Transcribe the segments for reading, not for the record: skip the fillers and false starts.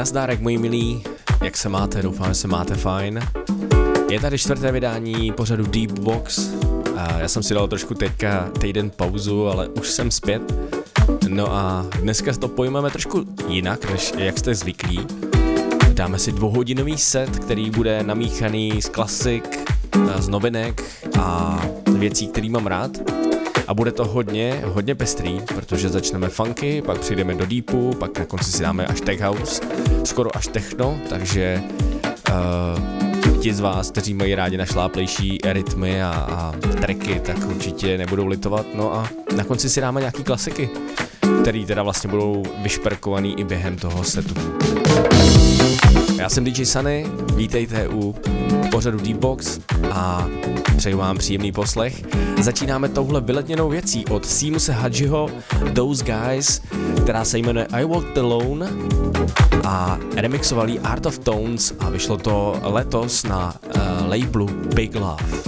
Nazdárek, moji milí, jak se máte, doufám, že se máte fajn. Je tady 4. vydání pořadu Deep Box. Já jsem si dal trošku teďka týden pauzu, ale už jsem zpět. No a dneska to pojmeme trošku jinak, než jak jste zvyklí. Dáme si 2hodinový set, který bude namíchaný z klasik, z novinek a věcí, který mám rád. A bude to hodně pestrý, protože začneme funky, pak přijdeme do deepu, pak na konci si dáme až tech house, skoro až techno, takže ti z vás, kteří mají rádi našláplejší rytmy a tracky, tak určitě nebudou litovat. No a na konci si dáme nějaký klasiky, který teda vlastně budou vyšperkovaný i během toho setu. Já jsem DJ Sunny, vítejte u pořadu Deep Box a přeju vám příjemný poslech. Začínáme touhle vyletněnou věcí od Seamuse Hadjiho Those Guys, která se jmenuje I Walked Alone a remixovali Art of Tones a vyšlo to letos na labelu Big Love.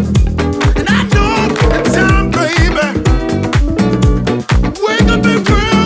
Girl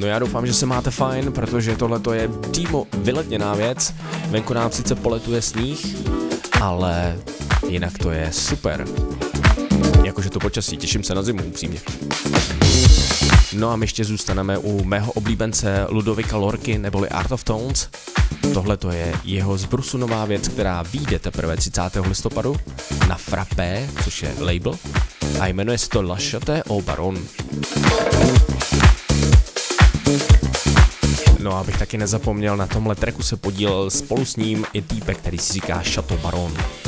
No já doufám, že se máte fajn, protože tohleto je Dimo vyletněná věc. Venku nám sice poletuje sníh, ale jinak to je super. Jakože to počasí, těším se na zimu, upřímně. No a my ještě zůstaneme u mého oblíbence Ludovika Lorky neboli Art of Tones. Tohle to je jeho zbrusu nová věc, která vyjde teprve 30. listopadu na Frappé, což je label, a jmenuje se to La Chatte au Baron. No a abych taky nezapomněl, na tomhle tracku se podílel spolu s ním i týpek, který si říká Chateau Baron.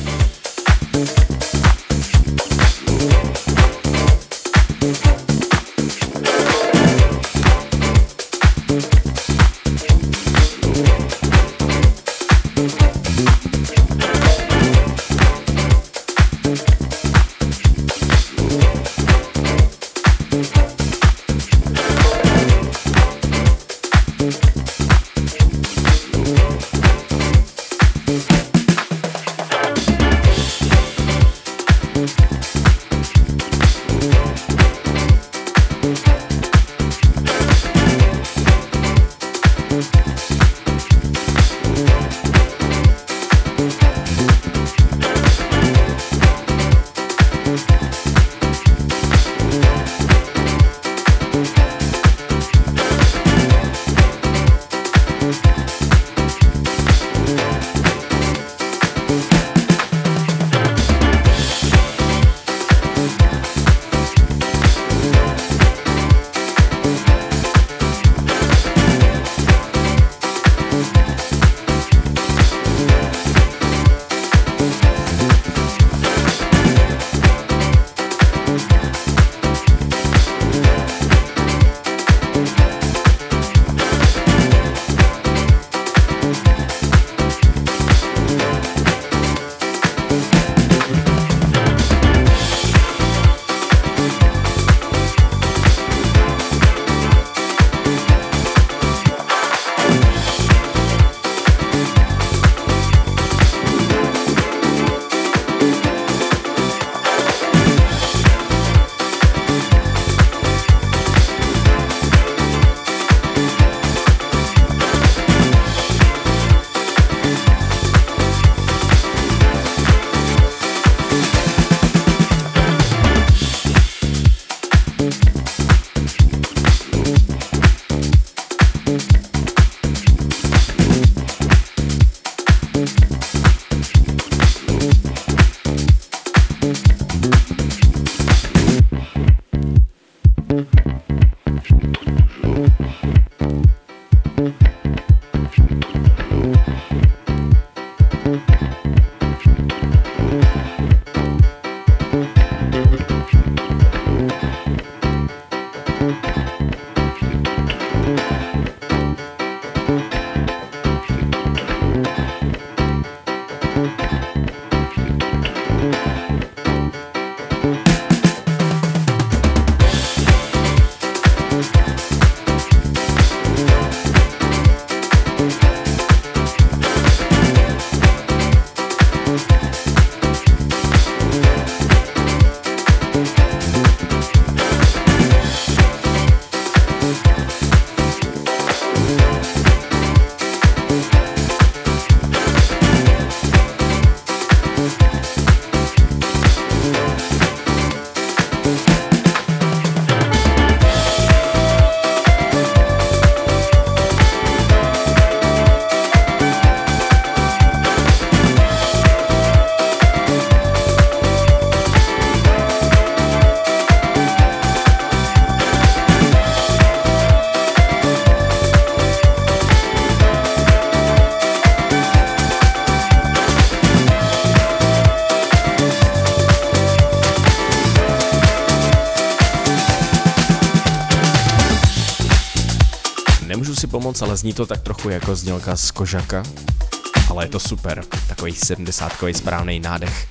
Nemůžu si pomoct, ale zní to tak trochu jako znělka z Kožaka, ale je to super, takový 70kový správný nádech.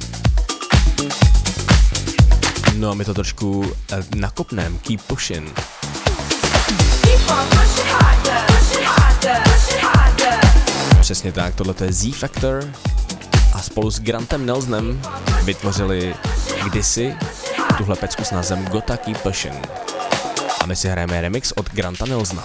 No a my to trošku nakopnem, keep pushing. Přesně tak, tohle je Z-Factor a spolu s Grantem Nelsonem vytvořili kdysi tuhle pecku s názvem Gotta Keep Pushing. A my si hrajeme remix od Granta Nelsona.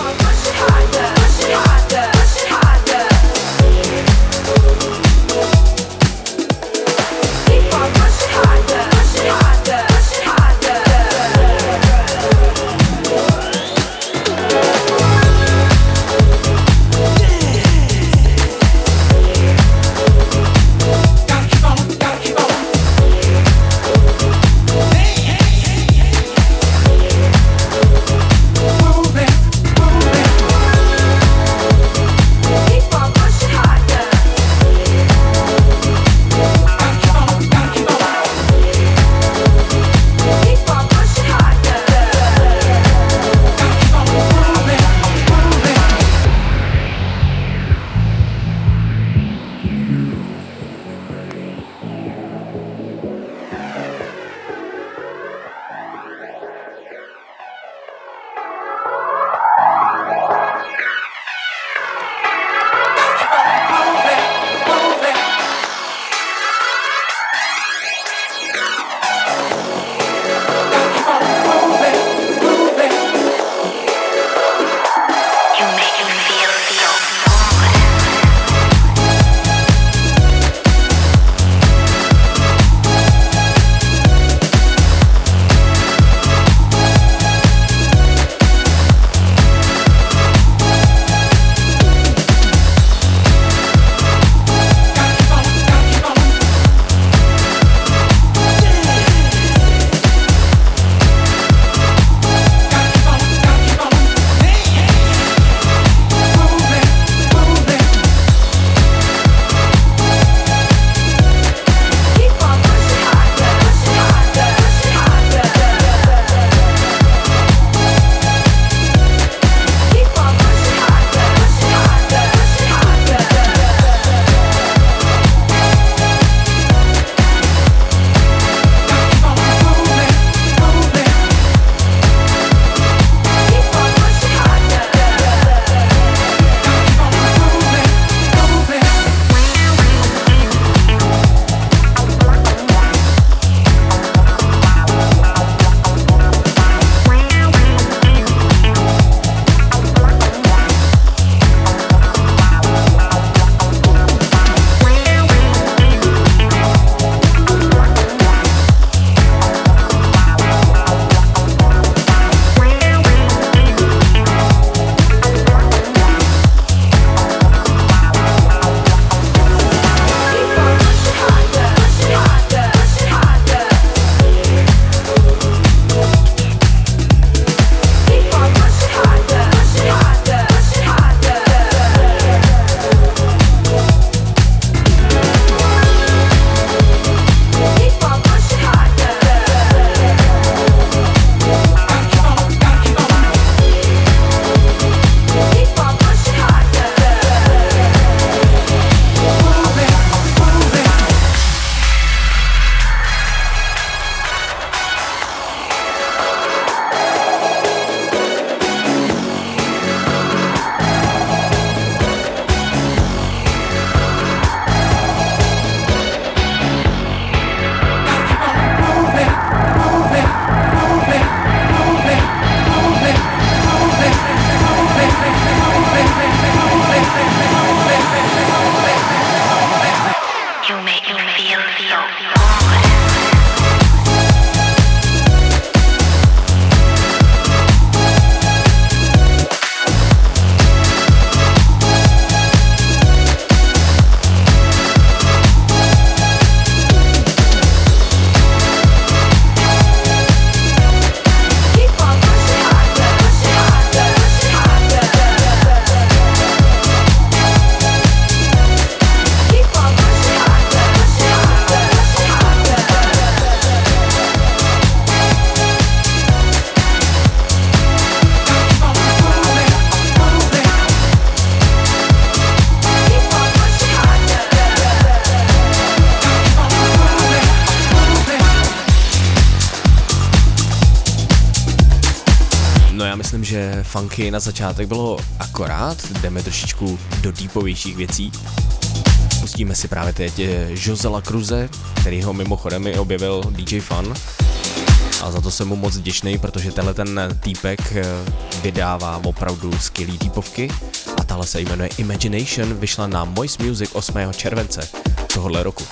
myslím, že funky na začátek bylo akorát, jdeme trošičku do deepovějších věcí. Pustíme si právě teď Josela Cruze, který ho mimochodem i objevil DJ Fun. A za to jsem mu moc vděčný, protože tenhle ten týpek vydává opravdu skvělý deepovky a tahle se jmenuje Imagination, vyšla na Moist Music 8. července tohohle roku.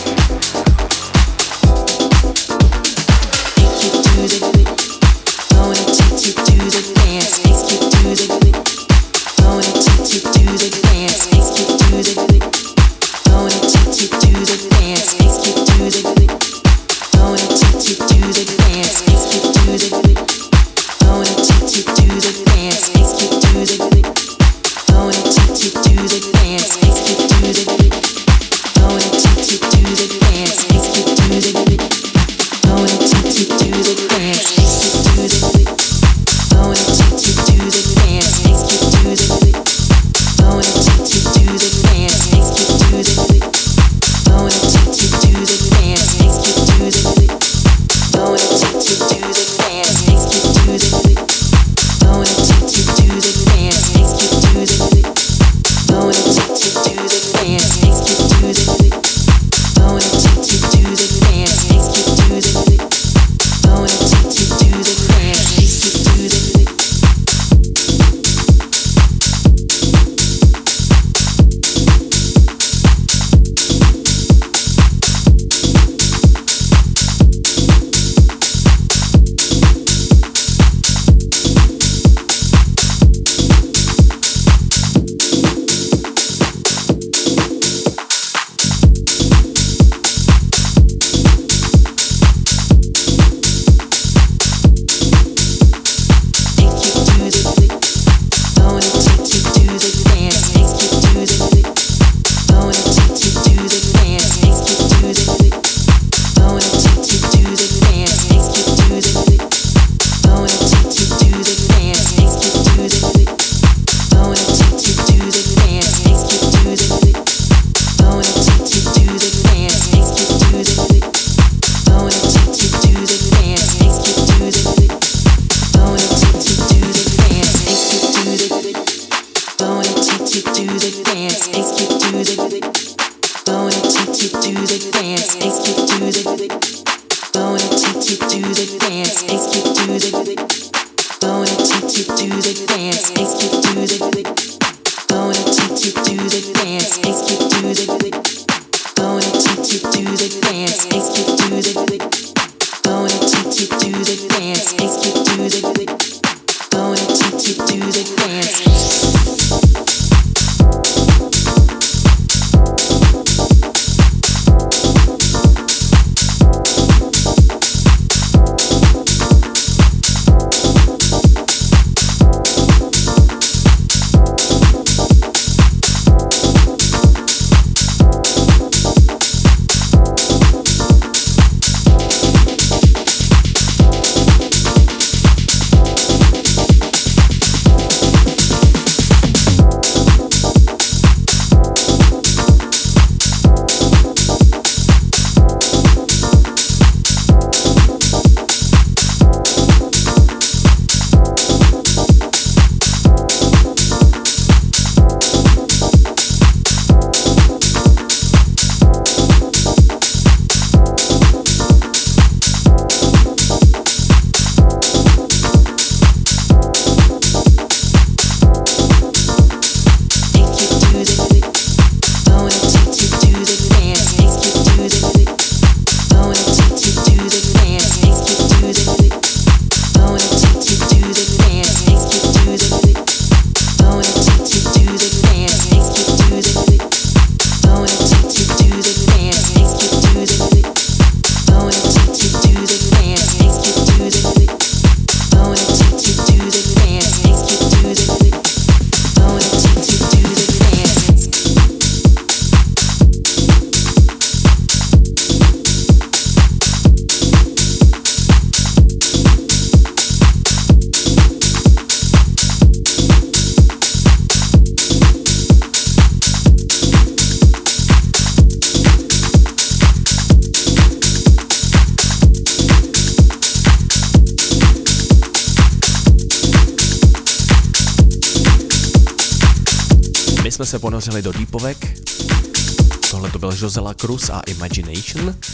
jsme se ponořili do deepovek. Tohle to byl Josela Cruz a Imagination.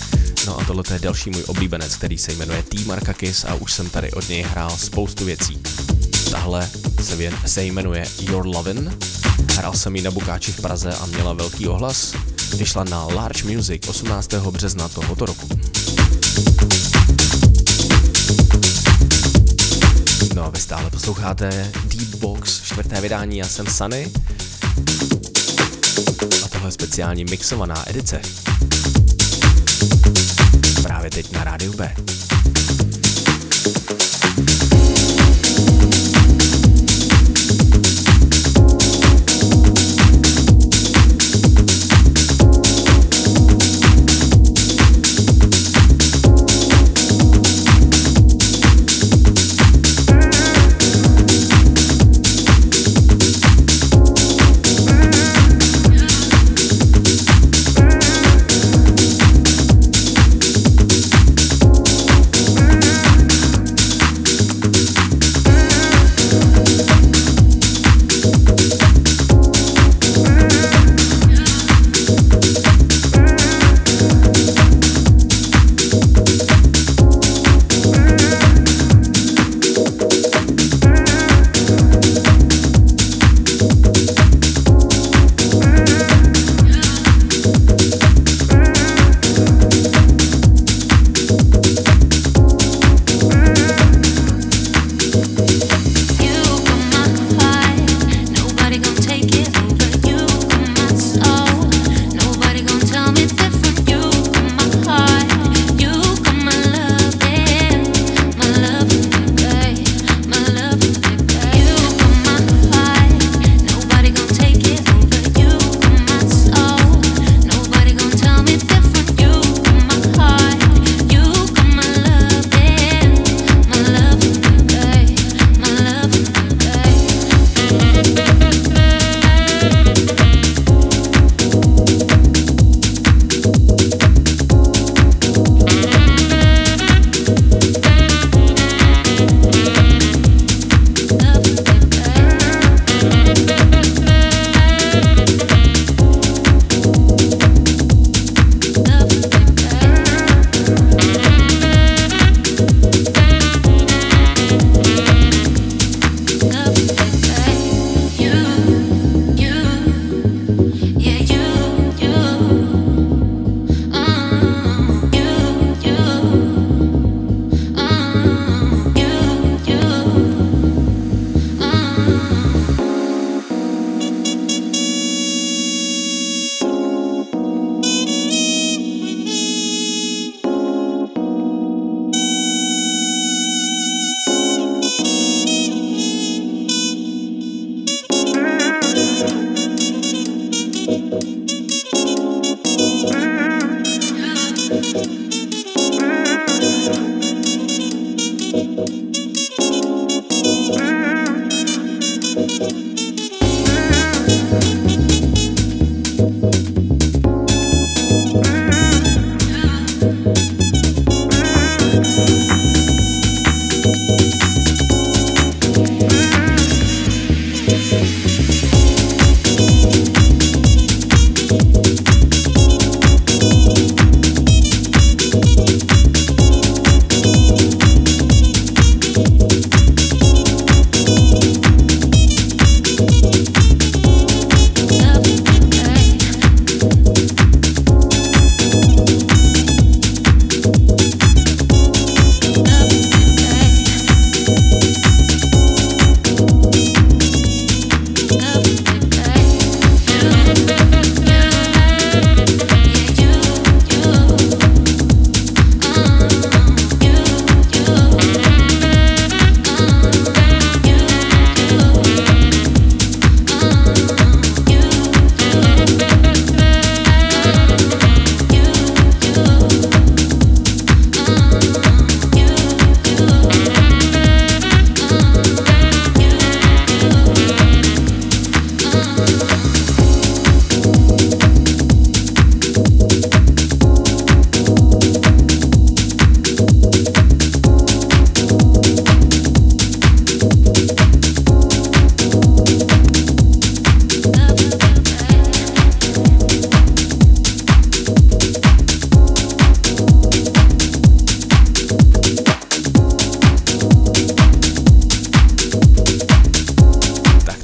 No a tohle je další můj oblíbenec, který se jmenuje T. Markakis a už jsem tady od něj hrál spoustu věcí. Tahle se jmenuje Your Lovin', hrál jsem ji na Bukáči v Praze a měla velký ohlas. Vyšla na Large Music 18. března tohoto roku. No a vy stále posloucháte Deep Box, 4. vydání, já jsem Sunny. A tohle je speciální mixovaná edice. Právě teď na Rádiu B.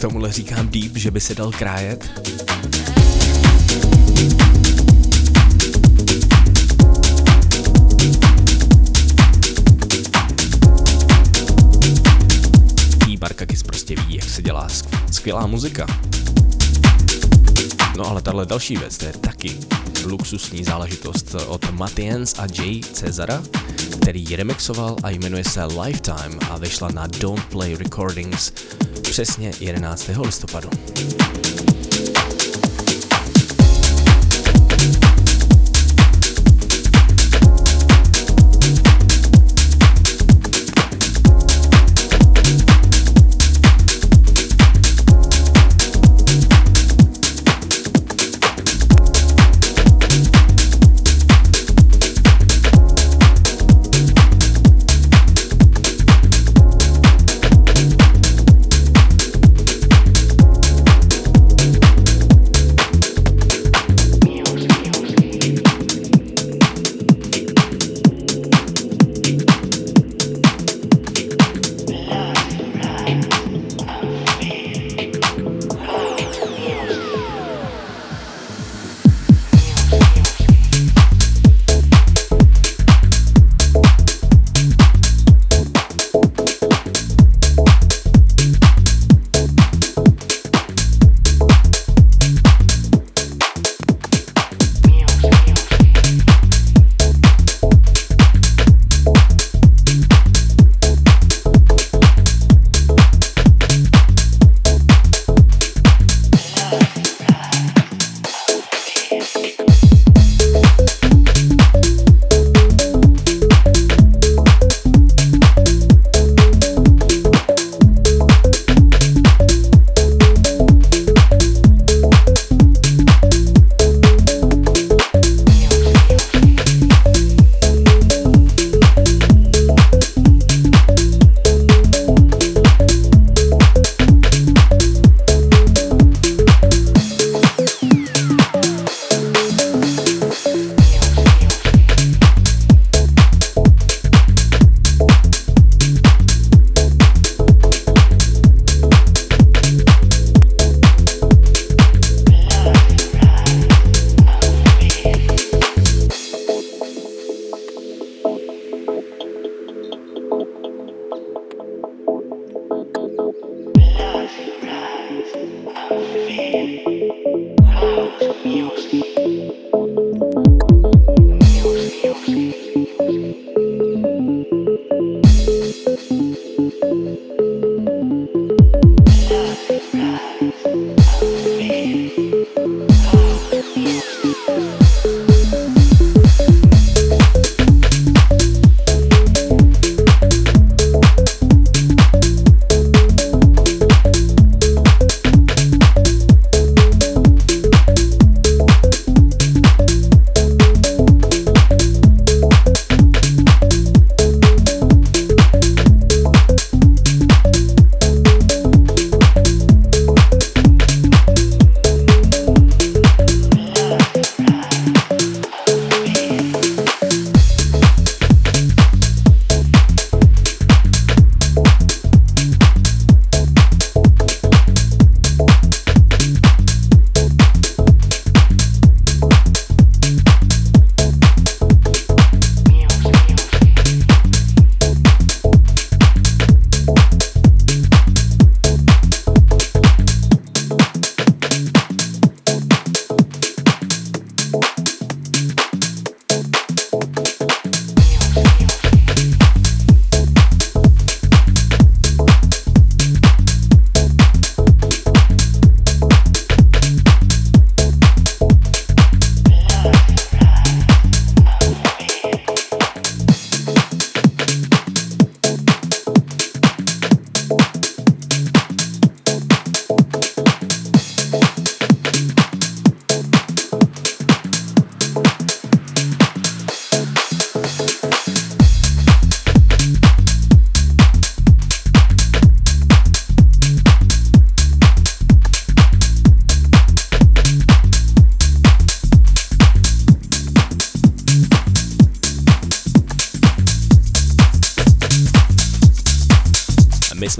tomuhle říkám deep, že by se dal krájet. Markakis prostě ví, jak se dělá skvělá muzika. No ale tahle další věc, to je taky luxusní záležitost od Matiens a Jay Cezara, který ji remixoval a jmenuje se Lifetime a vyšla na Don't Play Recordings přesně 11. listopadu.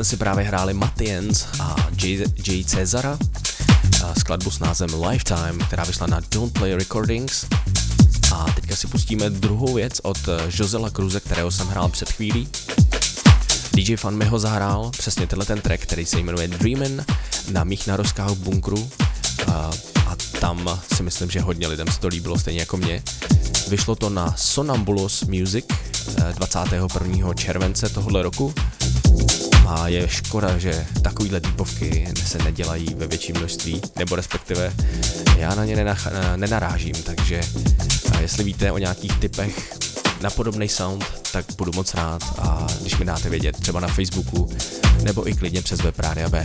jsme si právě hráli Matiens a J. Cezara, skladbu s názvem Lifetime, která vyšla na Don't Play Recordings. A teďka si pustíme druhou věc od Josela Cruze, kterého jsem hrál před chvílí. DJ Fan mi ho zahrál, přesně tenhle ten track, který se jmenuje Dreamin' na mých narožkách v bunkru. A tam si myslím, že hodně lidem se to líbilo, stejně jako mě. Vyšlo to na Sonambulous Music 21. července tohoto roku. A je škoda, že takovýhle typovky se nedělají ve větším množství, nebo respektive já na ně nenarážím, takže jestli víte o nějakých typech na podobný sound, tak budu moc rád a když mi dáte vědět třeba na Facebooku nebo i klidně přes web Rádia B.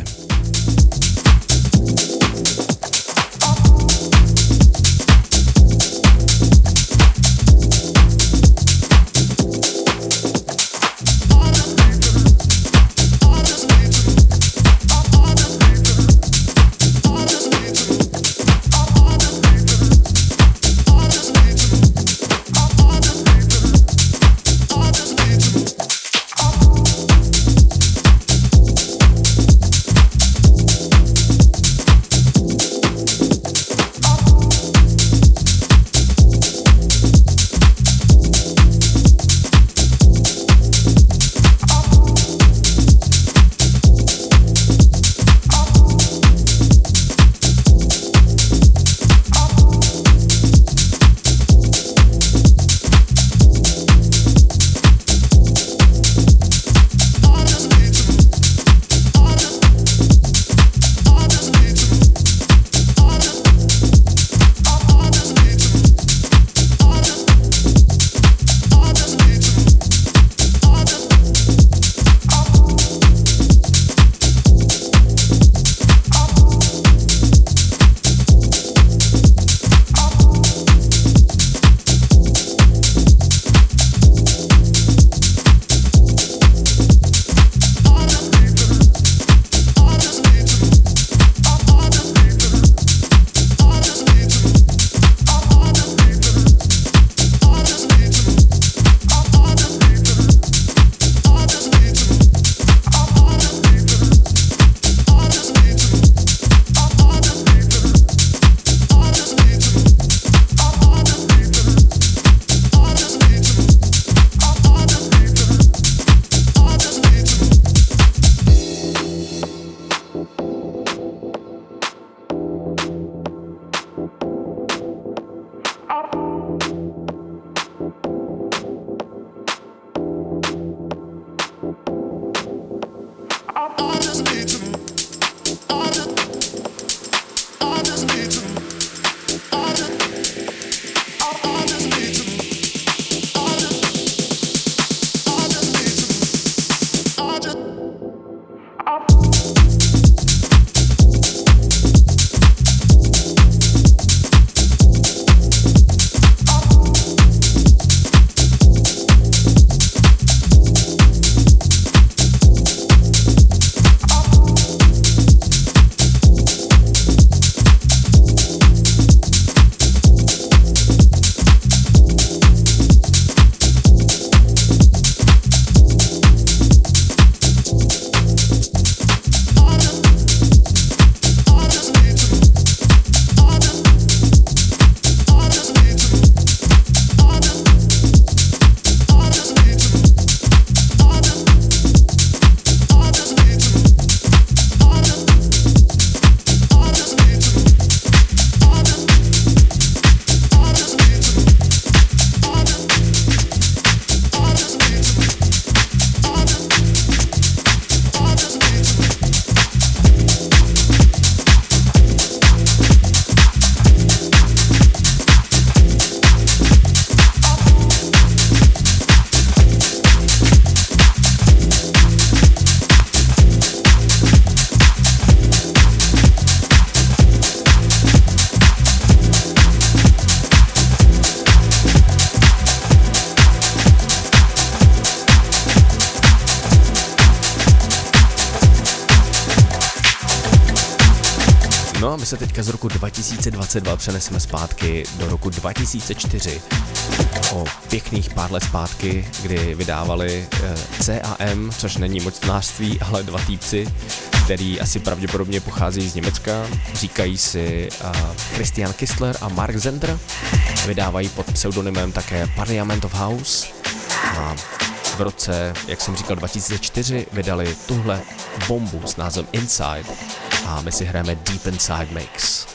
No a my se teďka z roku 2022 přeneseme zpátky do roku 2004. O pěkných pár let zpátky, kdy vydávali CAM, což není mocnářství, ale dva týpci, který asi pravděpodobně pochází z Německa. Říkají si Christian Kistler a Mark Zender. Vydávají pod pseudonymem také Parliament of House. A v roce, jak jsem říkal, 2004 vydali tuhle bombu s názvem Inside. A my si hrajeme Deep Inside Mix.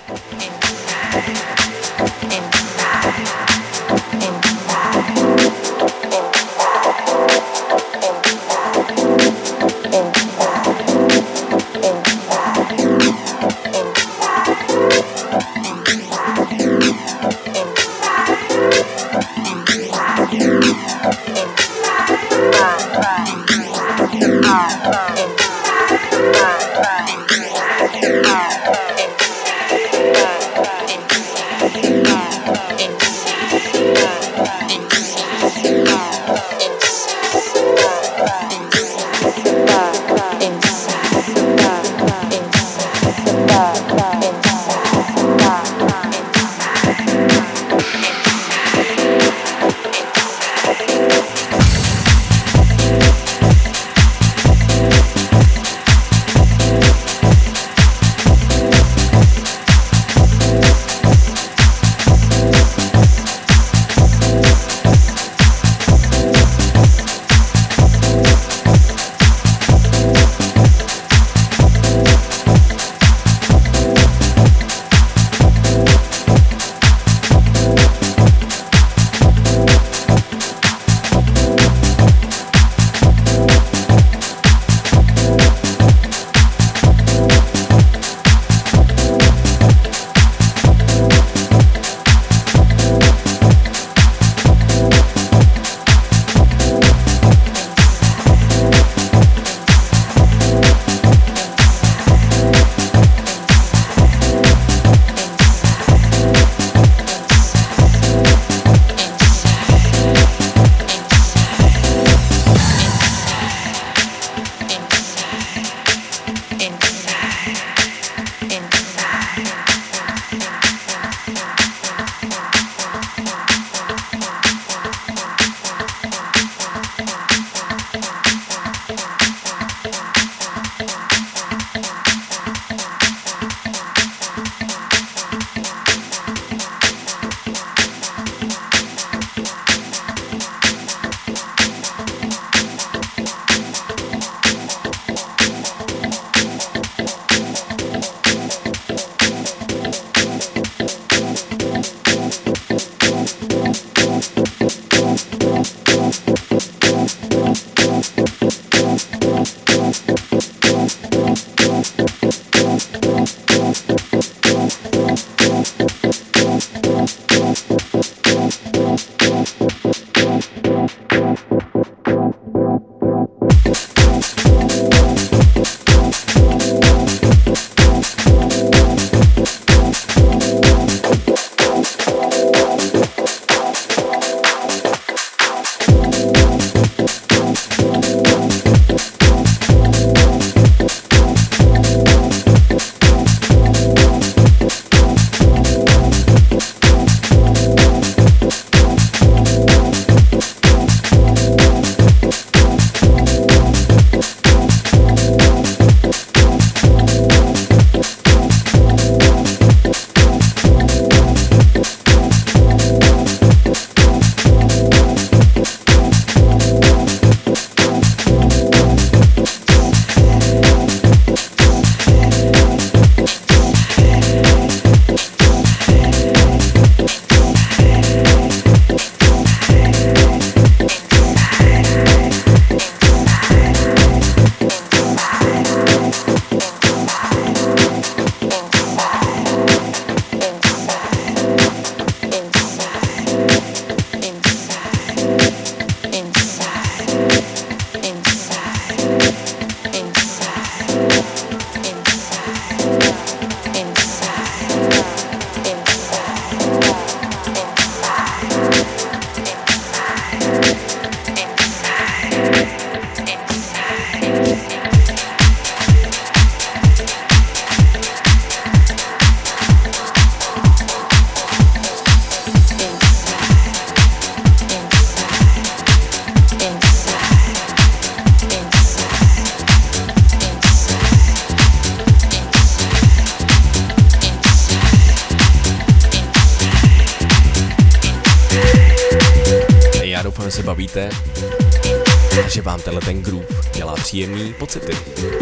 způsobem se bavíte a že vám tenhle ten groove dělá příjemný pocity.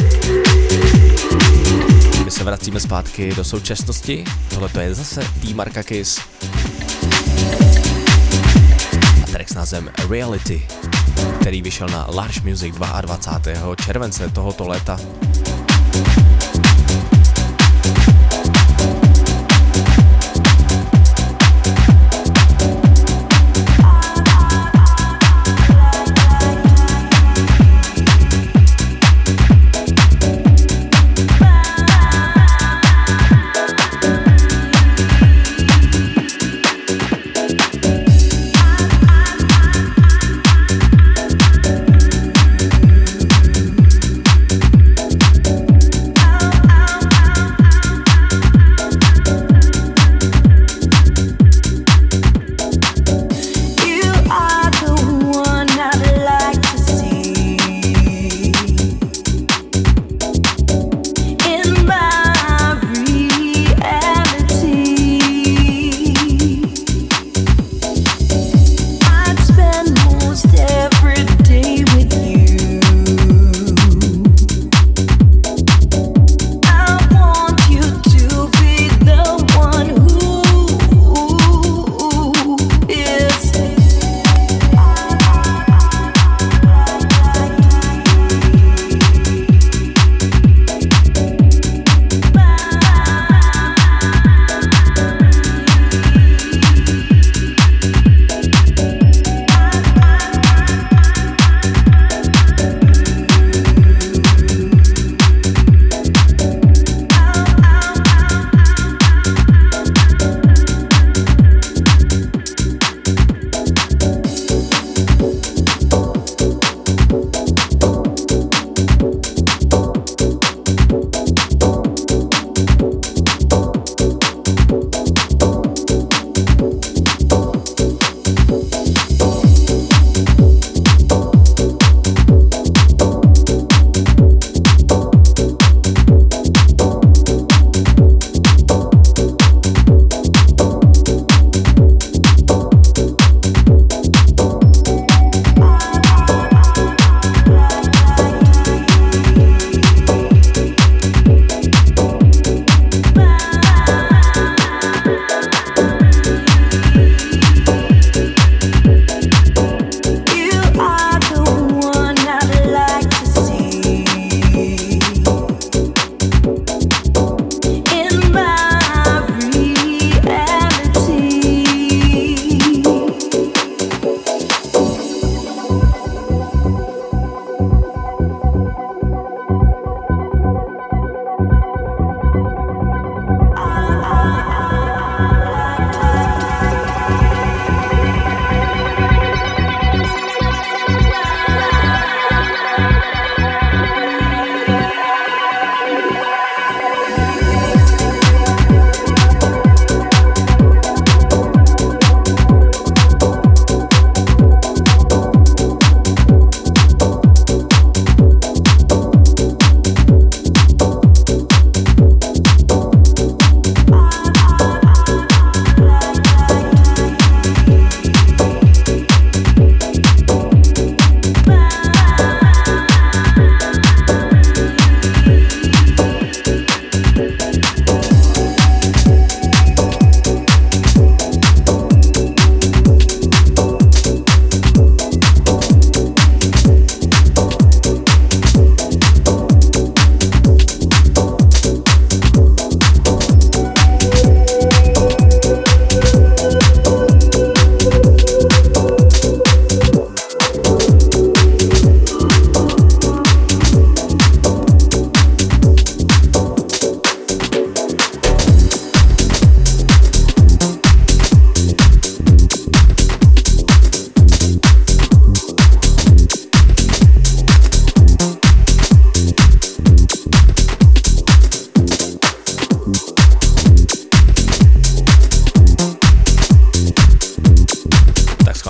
My se vracíme zpátky do současnosti, tohle to je zase T. Markakis a track s názvem Reality, který vyšel na Large Music 22. července tohoto léta.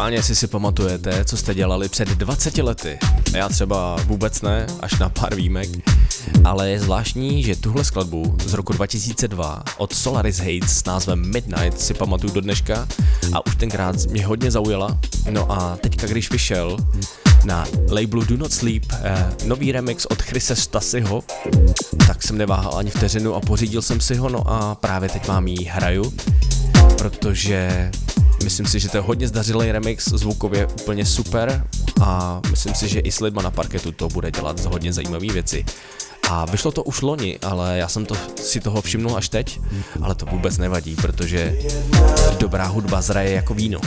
Minimálně, jestli si pamatujete, co jste dělali před 20 lety. Já třeba vůbec ne, až na pár výjimek. Ale je zvláštní, že tuhle skladbu z roku 2002 od Solaris Hates s názvem Midnight si pamatuju do dneška a už tenkrát mě hodně zaujala. No a teďka, když vyšel na labelu Do Not Sleep nový remix od Chrise Stasiho, tak jsem neváhal ani vteřinu a pořídil jsem si ho, no a právě teď vám ji hraju, protože myslím si, že to je hodně zdařilý remix, zvukově úplně super a myslím si, že i s lidma na parketu to bude dělat hodně zajímavé věci. A vyšlo to už loni, ale já jsem si toho všimnul až teď, ale to vůbec nevadí, protože dobrá hudba zraje jako víno.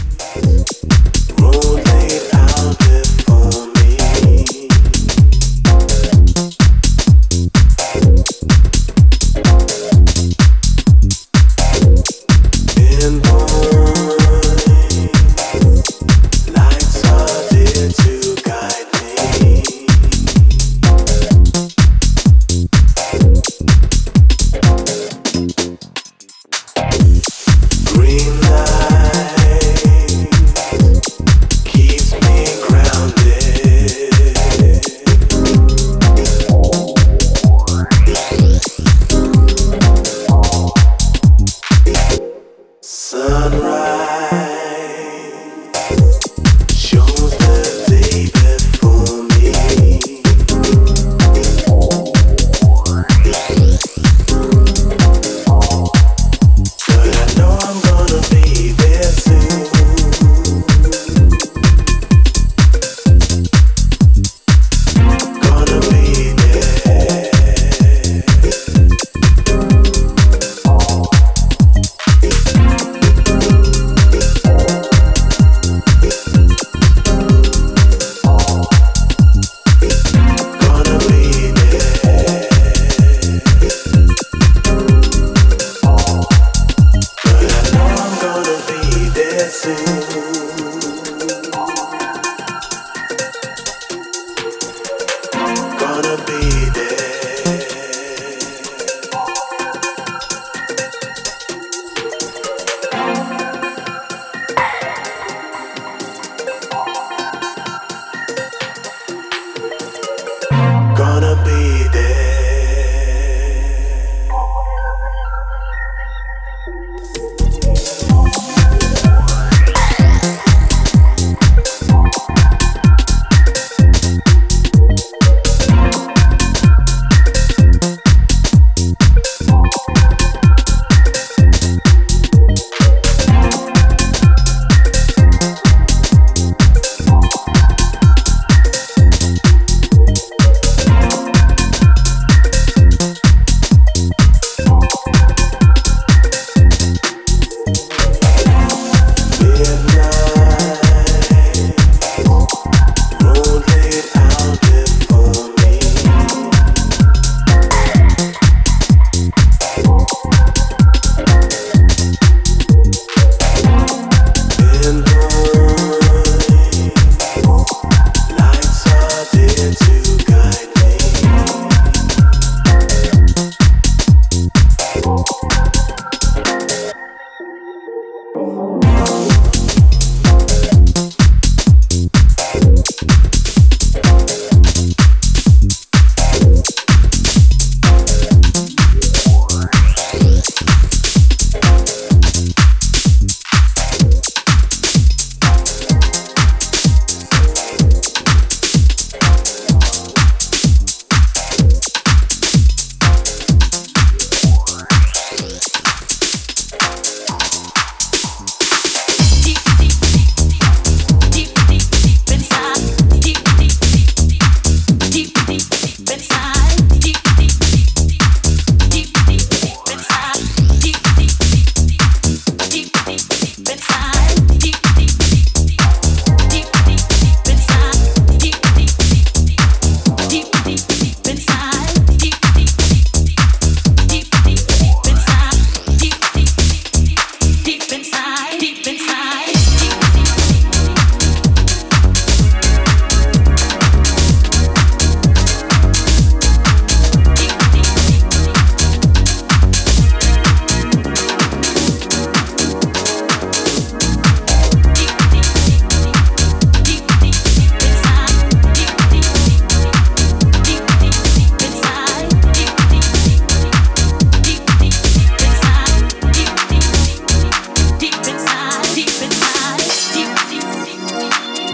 Green light keeps me grounded.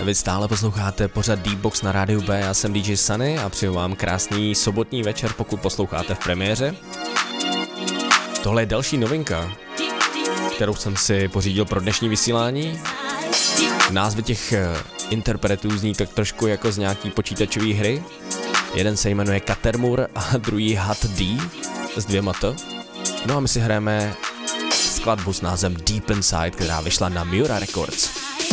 Vy stále posloucháte pořad Deepbox na rádiu B, já jsem DJ Sunny a přeju vám krásný sobotní večer, pokud posloucháte v premiéře. Tohle je další novinka, kterou jsem si pořídil pro dnešní vysílání. Názvy těch interpretů zní tak trošku jako z nějaký počítačové hry. Jeden se jmenuje Catermur a druhý Hat D s 2 T. No a my si hrajeme skladbu s názvem Deep Inside, která vyšla na Miura Records.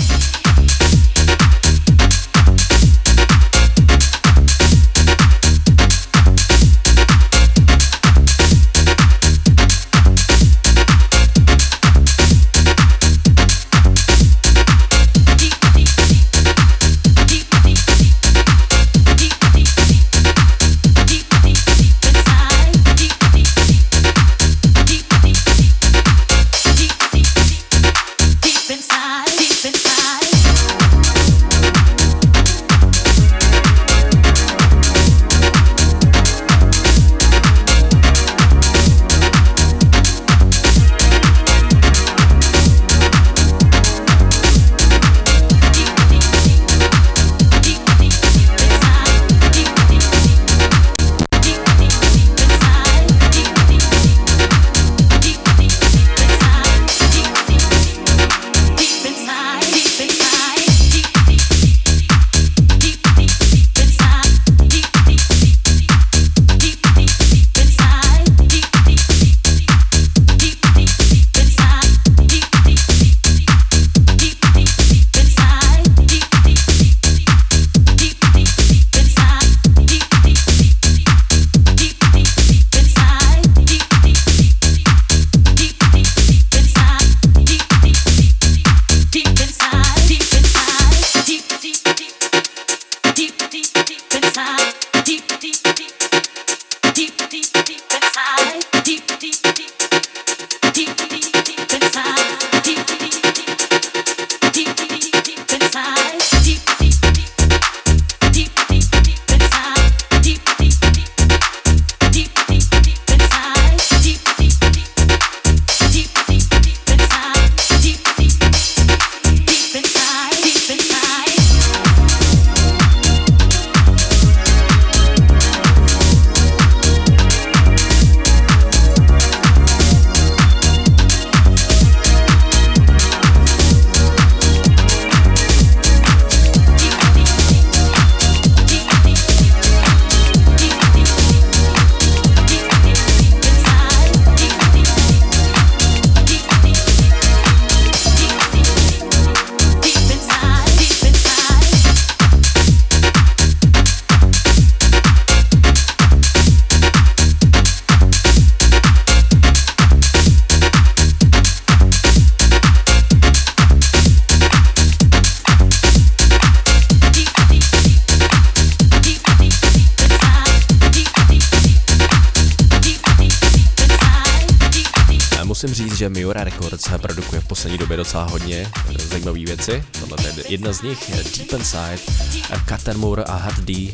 Musím říct, že Miura Records produkuje v poslední době docela hodně zajímavé věci. Tohle je jedna z nich, Deep Inside, Catermur a Hat D,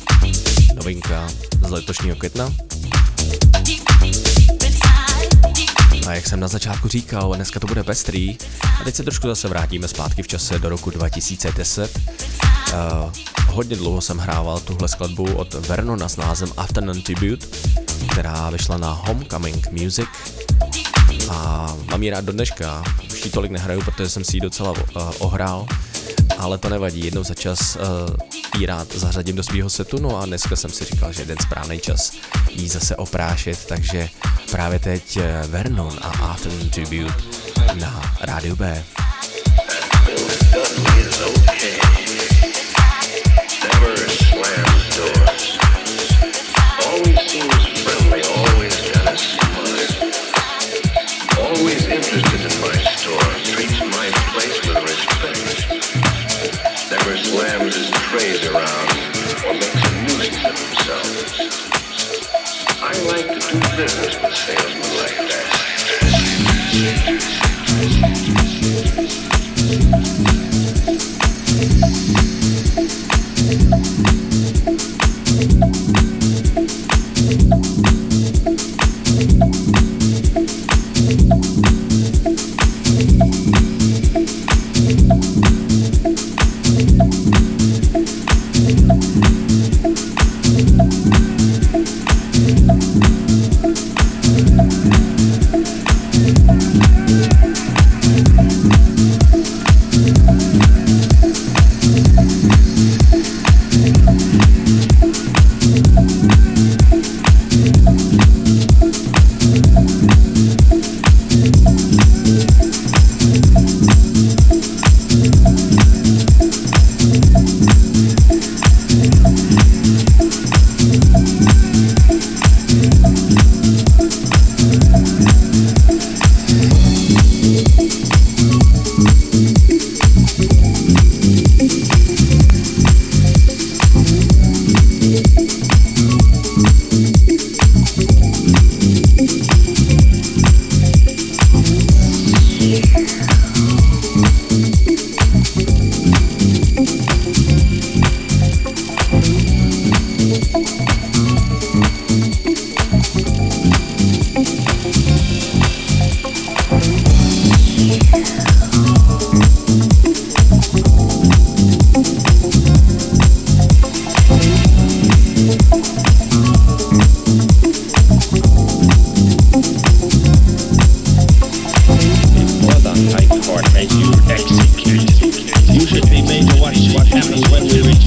novinka z letošního května. A jak jsem na začátku říkal, dneska to bude pestrý a teď se trošku zase vrátíme zpátky v čase do roku 2010. Hodně dlouho jsem hrával tuhle skladbu od Vernona s názvem Afternoon Tribute, která vyšla na Homecoming Music. A mám ji rád do dneška, už ji tolik nehraju, protože jsem si ji docela ohrál, ale to nevadí, jednou za čas ji rád zařadím do svýho setu, no a dneska jsem si říkal, že je ten správný čas jí zase oprášit, takže právě teď Vernon a Afternoon Tribute na rádiu B. Interested in my store, treats my place with respect. Never slams his trays around or makes a nuisance of himself. I like to do business with salesmen like that.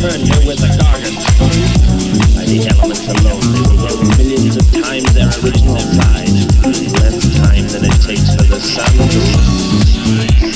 return herewith a target. By the elements alone, they will roll millions of times their original size, in less time than it takes for the sun to rise.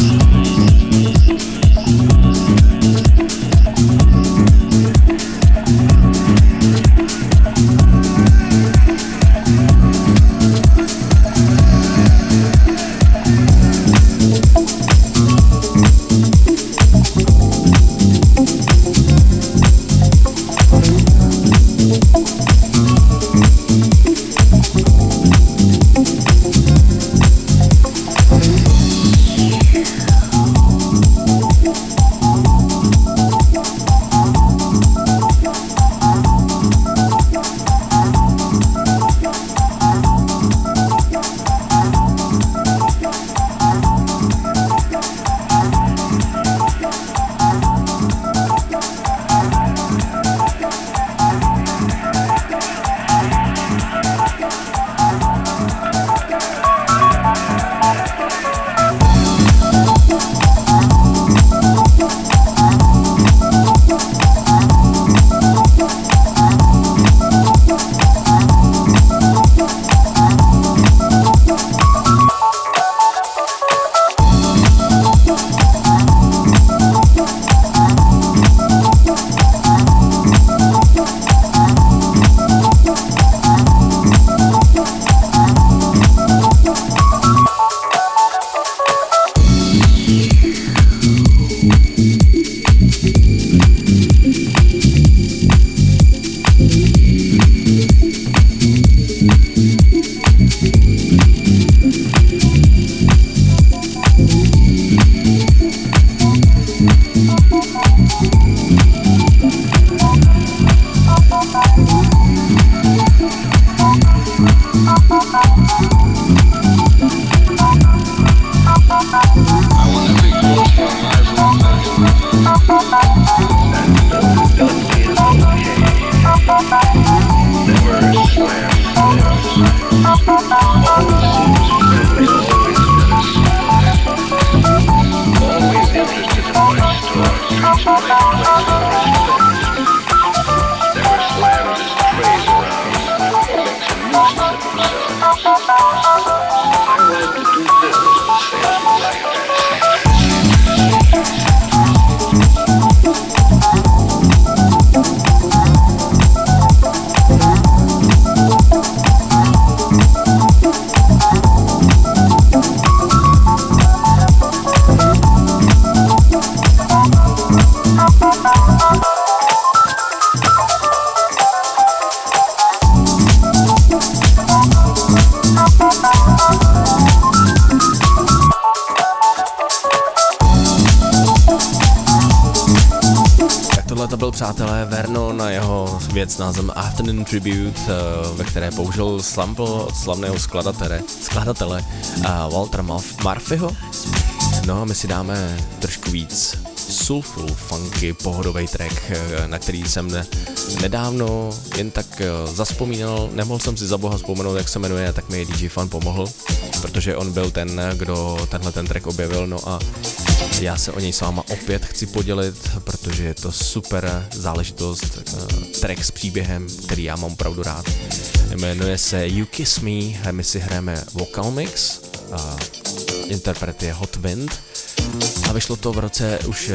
Přátelé, Vernon a jeho věc s názvem Afternoon Tribute, ve které použil sample od slavného skladatele Waltera Murphyho. No a my si dáme trošku víc soulful, funky, pohodový track, na který jsem nedávno jen tak zazpomínal, nemohl jsem si za boha vzpomenout, jak se jmenuje, tak mi DJ Fan pomohl, protože on byl ten, kdo ten track objevil, no a já se o něj s váma opět chci podělit, protože je to super záležitost, track s příběhem, který já mám opravdu rád. Jmenuje se You Kiss Me, my si hrajeme vocal mix, interpret je Hot Wind a vyšlo to v roce už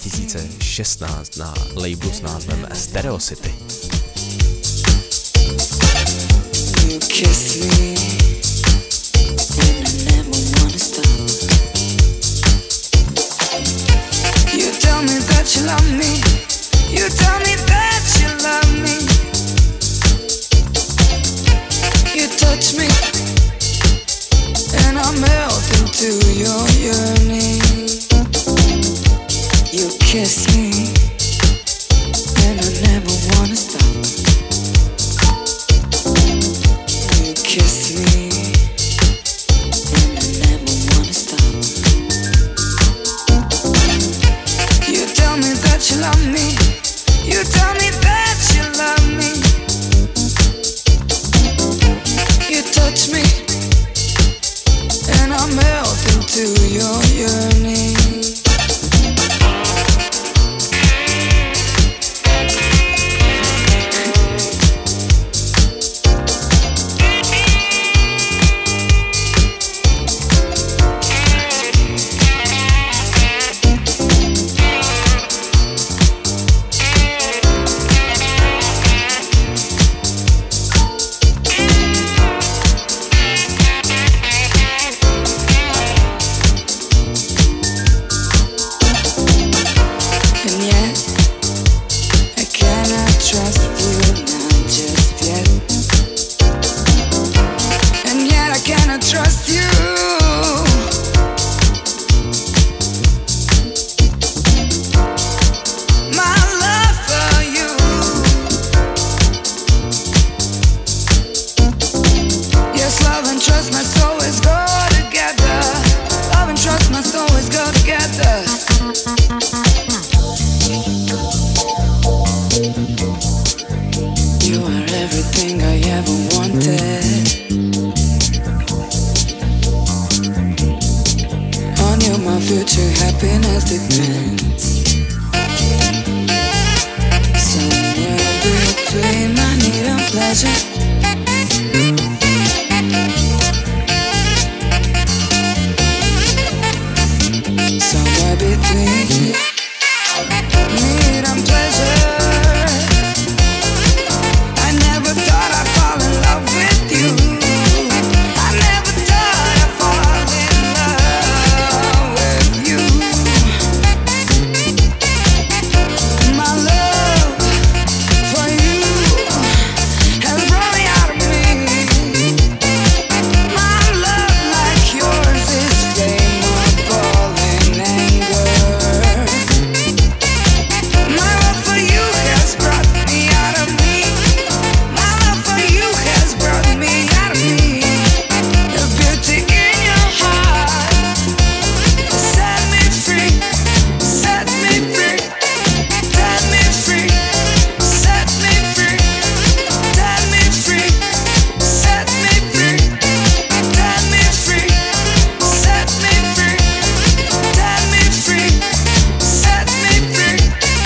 2016 na labelu s názvem Stereo City. You kiss me and I never wanna stop. You tell me that you love me. You tell me that you love me. You touch me and I melt into your yearning. You kiss me and I never wanna stop. You kiss me and I never wanna stop. You tell me that you love me. You tell me that you love me. You touch me and I melt into your yearning. happiness depends. Somewhere between my need and pleasure. Somewhere between need and pleasure. I never thought I'd fall in love with you. I never thought I'd fall in love with you. My love for you has brought me out of me. My love like yours is flammable in anger. My love for you has brought me out of me. My love for you has brought me out of me. The beauty in your heart set me free, set me free, set me free, set me free, set me free, set me free, set me free, set me free, set me free, set me free.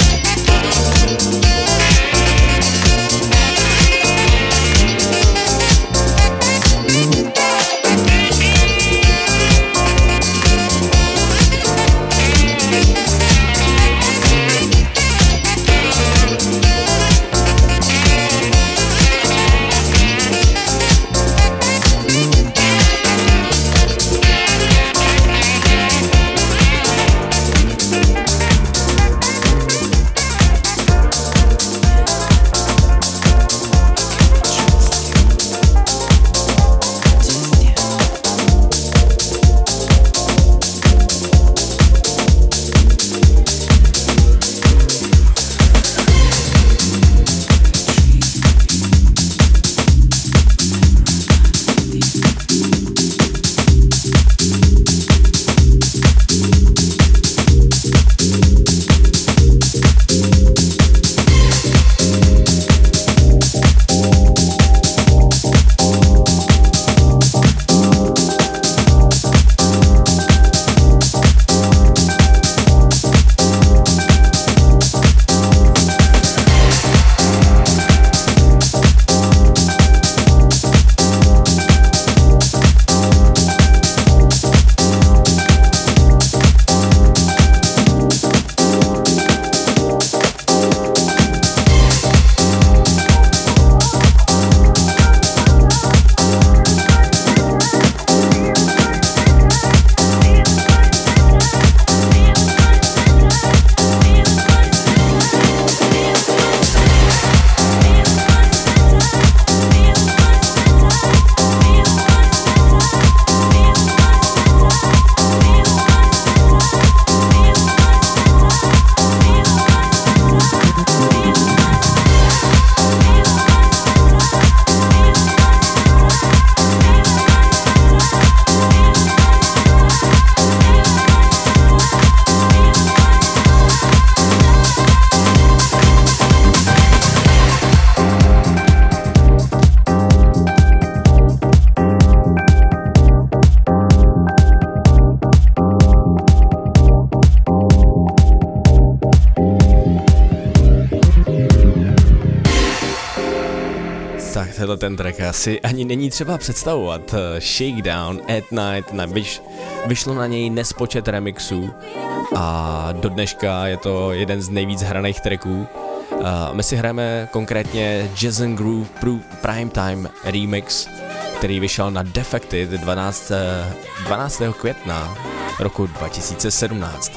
Tenhle ten track asi ani není třeba představovat. Shakedown at Night, vyšlo na něj nespočet remixů a do dneška je to jeden z nejvíc hraných tracků. My si hrajeme konkrétně Jazz and Groove Primetime Remix, který vyšel na Defected 12. května roku 2017.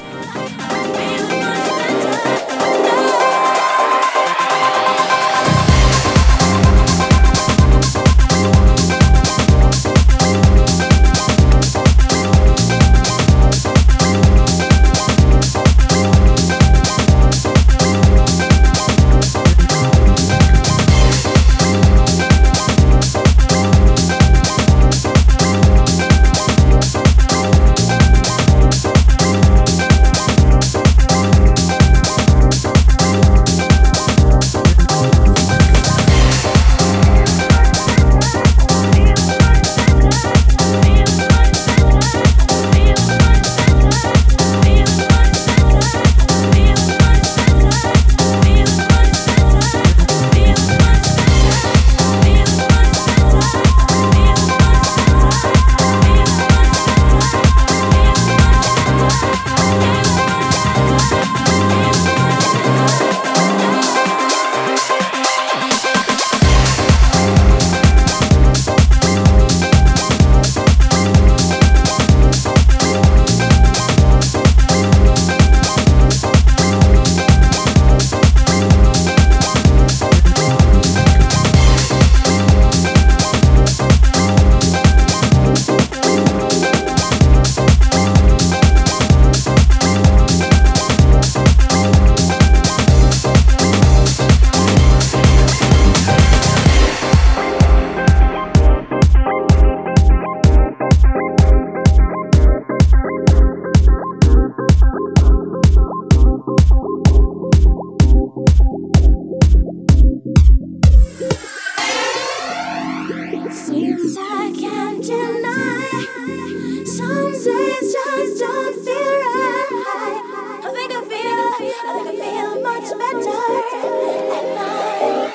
just don't feel right. I think I feel much better at night.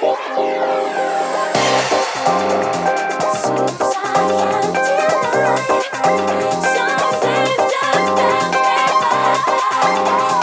Seems I can't deny. Some days just don't feel right.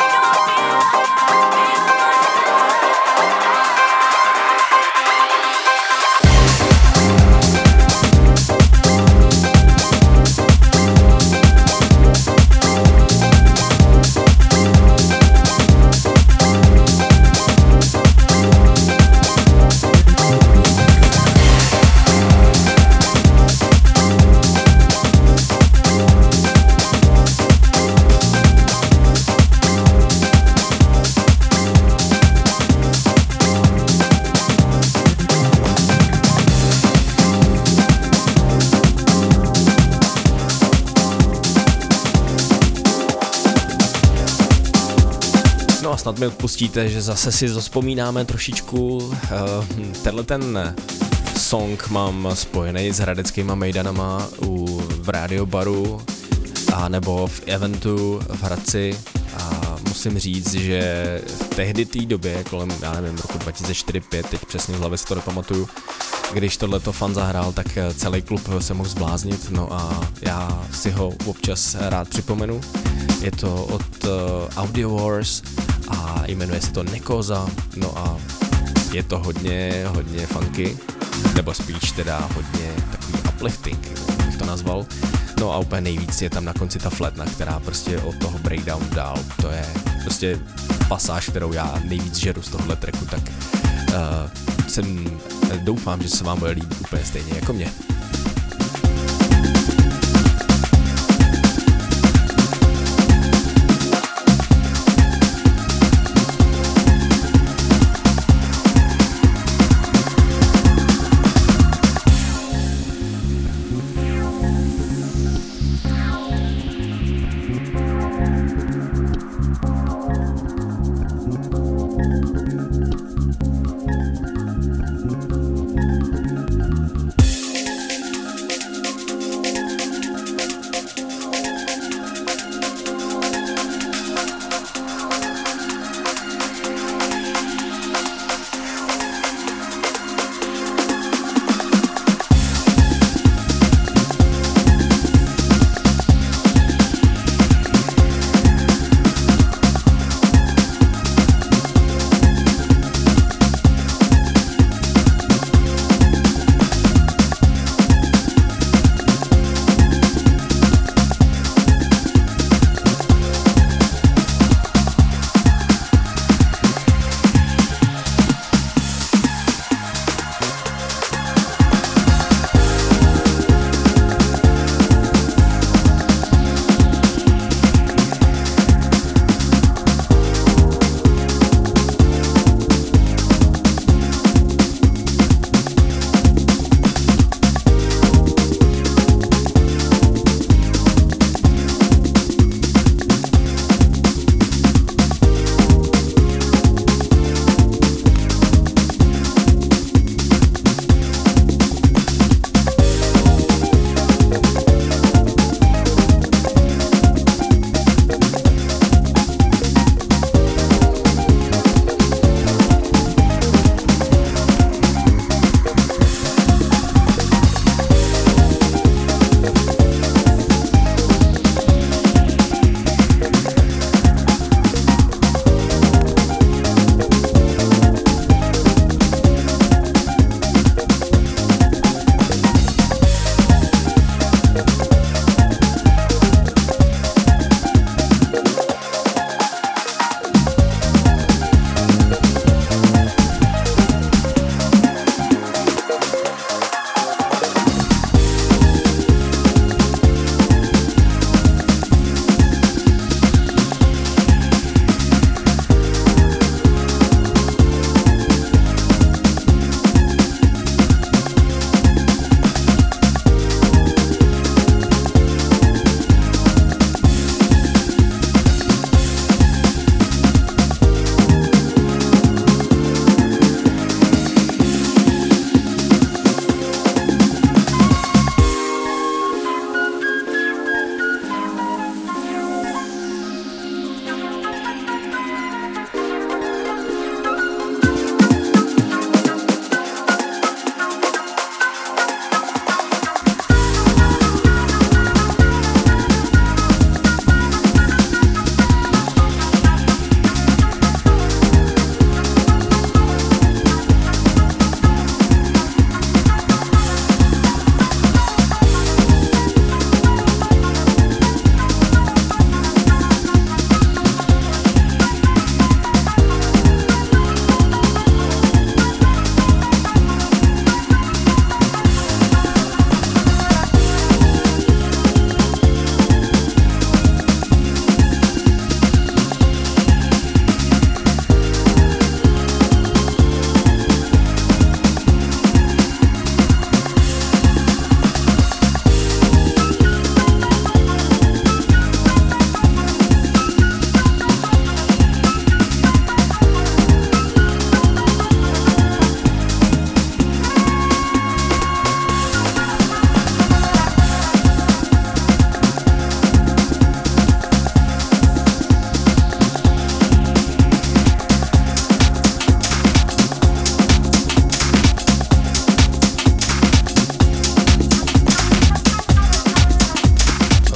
Snad mi odpustíte, že zase si vzpomínáme trošičku. Tenhle ten song mám spojený s hradeckýma mejdanama v rádiobaru a nebo v eventu v Hradci a musím říct, že tehdy té době, kolem, já nevím, roku 2004-2005, teď přesně z hlavy si to nepamatuju, když tohleto fan zahrál, tak celý klub se mohl zbláznit, no a já si ho občas rád připomenu. Je to od Audio Wars a jmenuje se to Nekoza, no a je to hodně funky, nebo spíš teda hodně takový uplifting, bych to nazval. No a úplně nejvíc je tam na konci ta fletna, která prostě od toho breakdown dál, to je prostě pasáž, kterou já nejvíc žeru z tohohle tracku, tak doufám, že se vám bude líbit úplně stejně jako mě.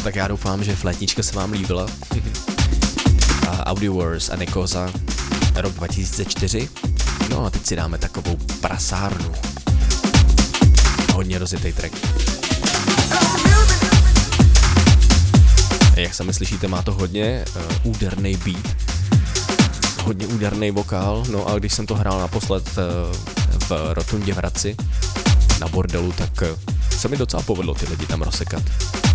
No tak já doufám, že flétnička se vám líbila. Audio Wars a Nekoza, rok 2004. No a teď si dáme takovou prasárnu. Hodně rozjetej track. Jak sami slyšíte, má to hodně úderný beat, hodně úderný vokál, no a když jsem to hrál naposled v Rotundě v Hradci na bordelu, tak se mi docela povedlo ty lidi tam rozsekat.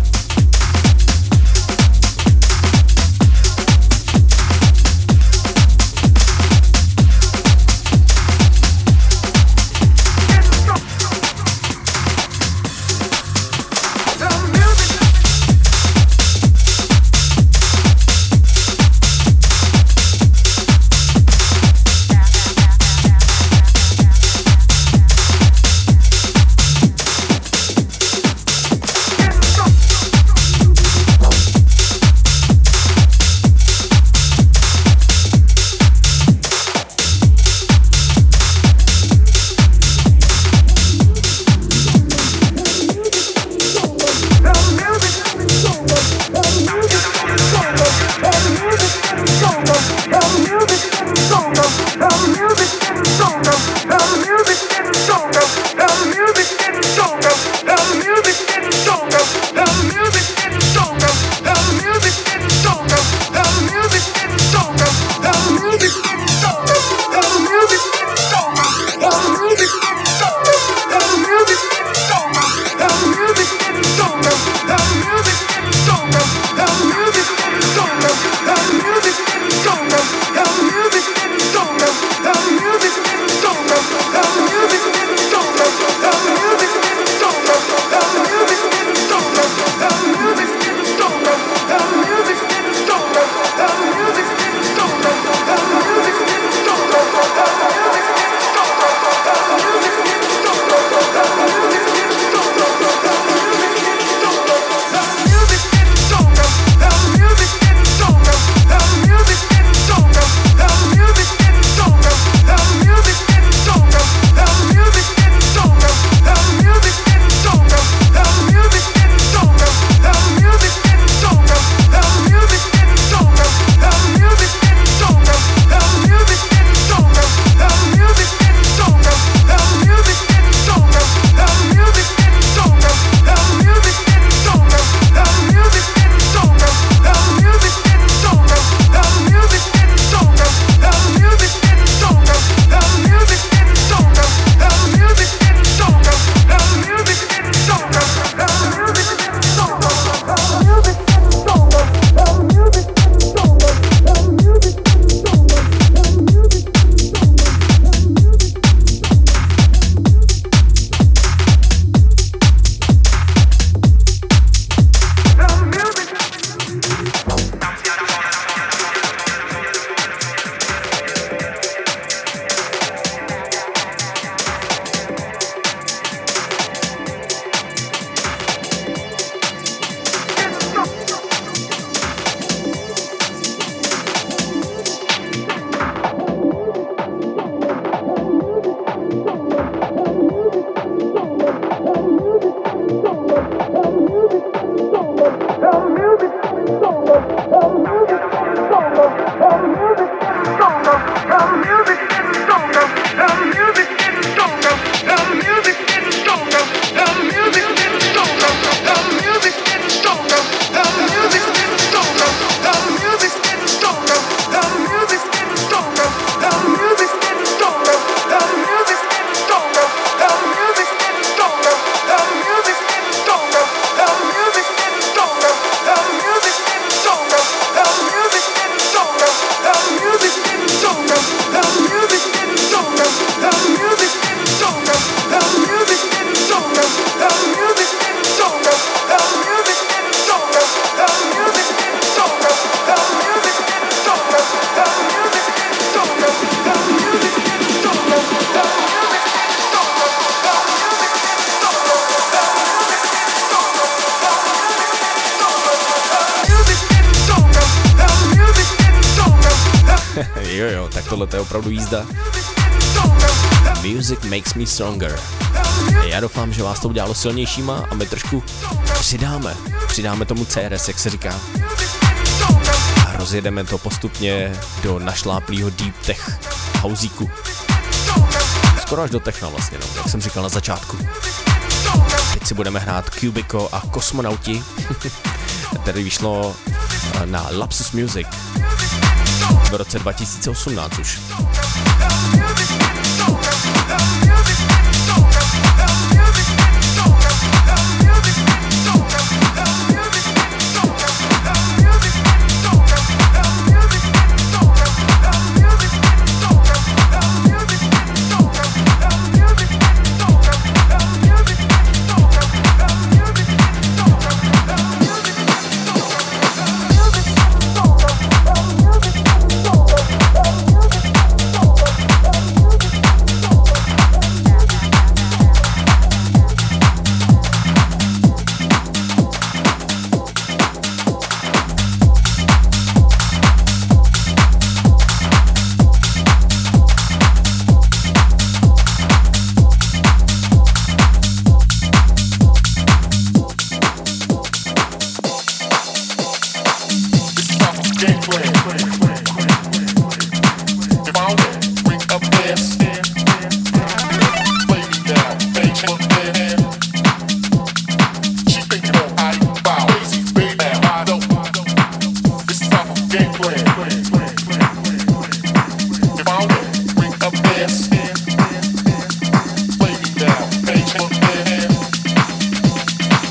Jo, tak tohle je opravdu jízda. Music makes me stronger. Já doufám, že vás to udělalo silnějšíma a my trošku přidáme tomu CRS, jak se říká. A rozjedeme to postupně do našláplýho deep tech housíku. Skoro až do techna vlastně, no, jak jsem říkal na začátku. Teď si budeme hrát Cubico a Kosmonauti, které vyšlo na Lapsus Music v roce 2018 už.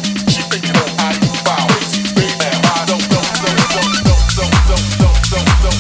Don't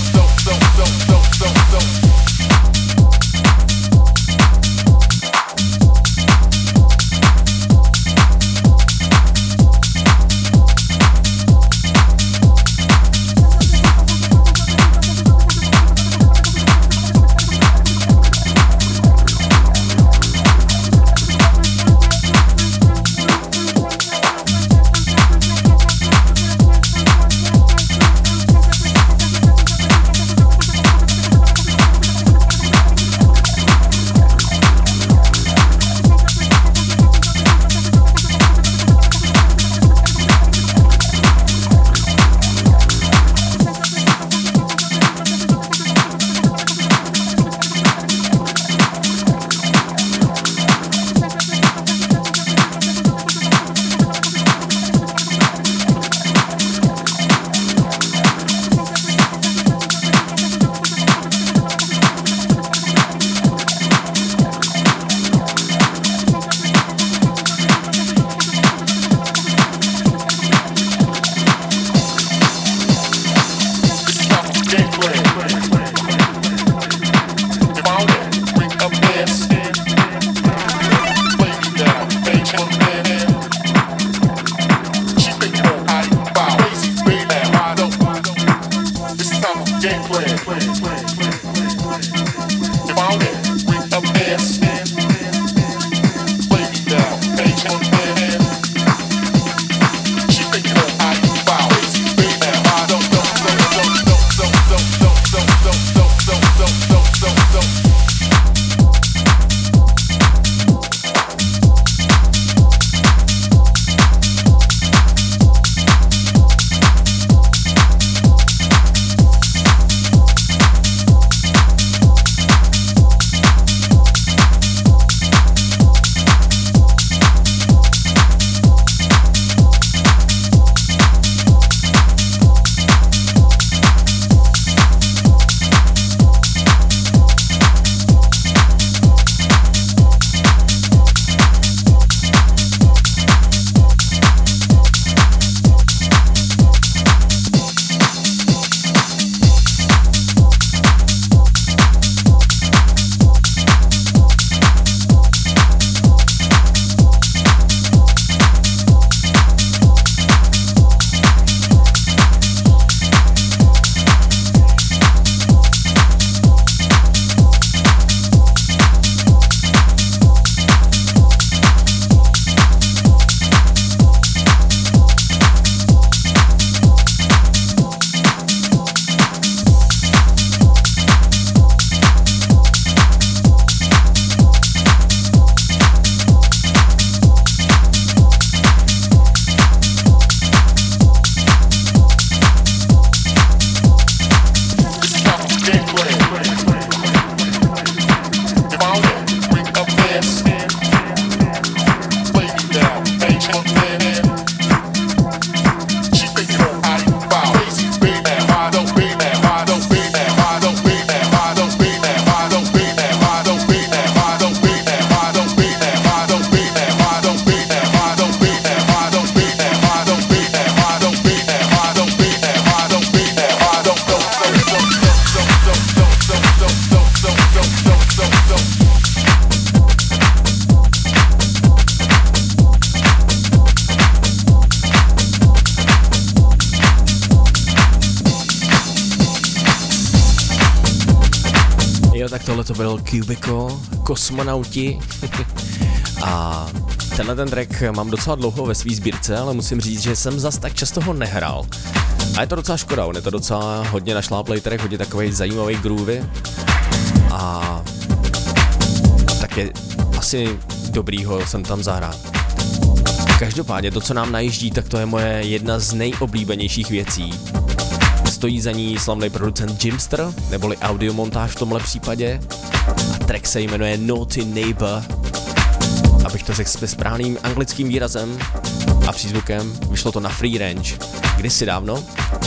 tak tohle to byl Cubicle, Kosmonauti. A tenhle ten track mám docela dlouho ve svý sbírce, ale musím říct, že jsem zas tak často ho nehrál. A je to docela škoda, on je to docela hodně našláplej track, hodně takovej zajímavý groovy. A tak je asi dobrý ho jsem tam zahrát. Každopádně to, co nám najíždí, tak to je moje jedna z nejoblíbenějších věcí. Stojí za ní slavný producent Jimster, neboli audiomontáž v tomhle případě. A track se jmenuje Naughty Neighbor. Abych to řekl se správným anglickým výrazem a přízvukem, vyšlo to na Free Range kdysi dávno.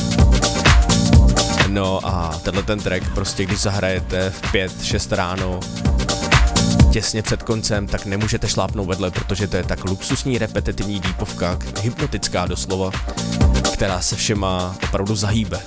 No a tenhle ten track prostě, když zahrajete v 5-6 ráno, těsně před koncem, tak nemůžete šlápnout vedle, protože to je tak luxusní repetitivní deepovka, hypnotická doslova, která se všema opravdu zahýbe.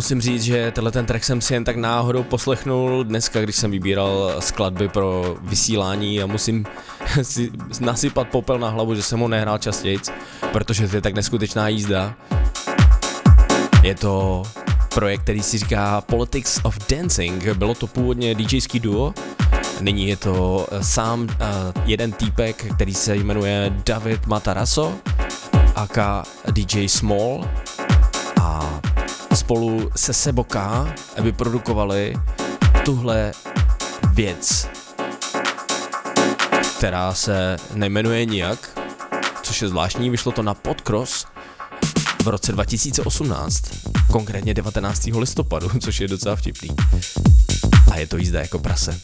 musím říct, že ten track jsem si jen tak náhodou poslechnul dneska, když jsem vybíral skladby pro vysílání a musím si nasypat popel na hlavu, že jsem ho nehrál častějc, protože to je tak neskutečná jízda. Je to projekt, který si říká Politics of Dancing, bylo to původně DJský duo, nyní je to sám jeden týpek, který se jmenuje David Matarazzo, aka DJ Small, a spolu se Seboka vyprodukovali tuhle věc, která se nejmenuje nijak, což je zvláštní, vyšlo to na Podcross v roce 2018, konkrétně 19. listopadu, což je docela vtipný. A je to jízda jako prase.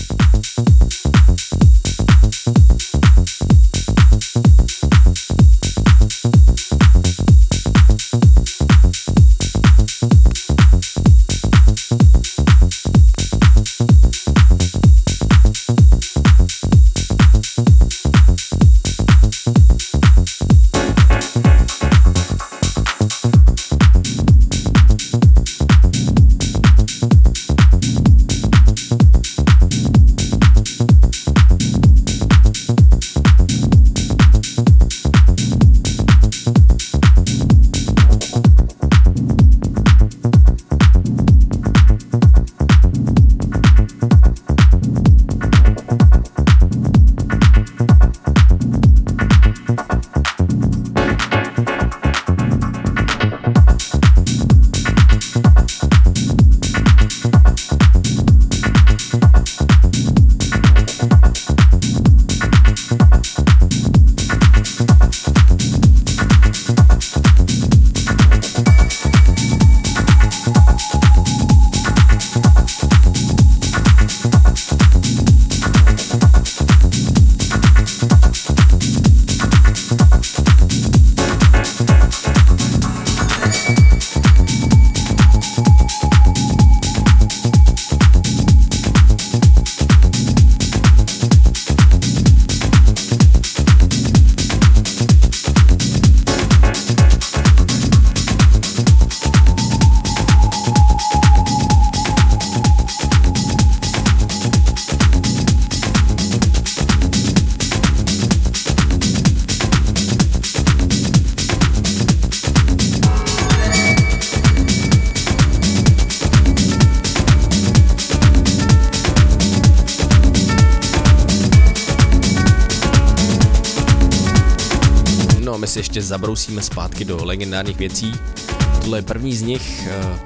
Si ještě zabrousíme zpátky do legendárních věcí. Tohle je první z nich.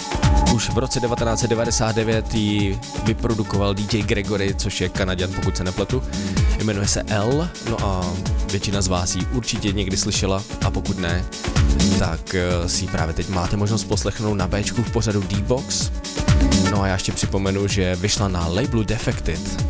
Už v roce 1999 ji vyprodukoval DJ Gregory, což je Kanaďan, pokud se nepletu. Jmenuje se L, no a většina z vás ji určitě někdy slyšela, a pokud ne, tak si ji právě teď máte možnost poslechnout na Bčku v pořadu D-Box. No a já ještě připomenu, že vyšla na labelu Defected.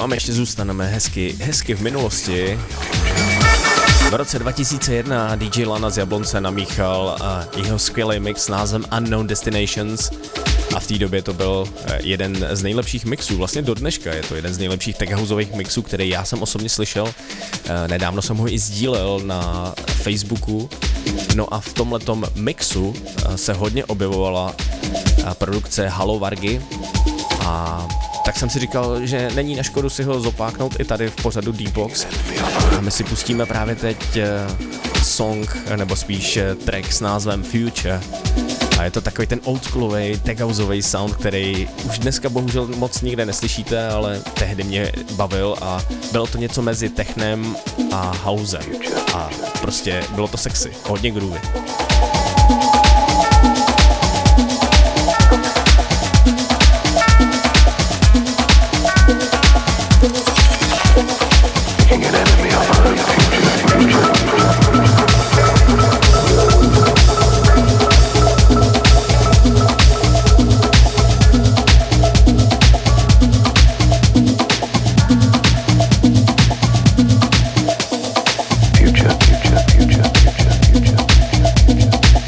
Tam ještě zůstaneme hezky v minulosti. V roce 2001 DJ Lana z Jablonce namíchal jeho skvělý mix s názvem Unknown Destinations a v té době to byl jeden z nejlepších mixů, vlastně do dneška je to jeden z nejlepších tech houseových mixů, který já jsem osobně slyšel. Nedávno jsem ho i sdílel na Facebooku. No a v tomhletom mixu se hodně objevovala produkce Halo Vargy a tak jsem si říkal, že není na škodu si ho zopáknout i tady v pořadu Deepbox. A my si pustíme právě teď song, nebo spíš track s názvem Future. A je to takový ten oldschoolový, techhouseový sound, který už dneska bohužel moc nikde neslyšíte, ale tehdy mě bavil a bylo to něco mezi technem a housem. A prostě bylo to sexy, hodně groovy. Future, future, future, future, future, future.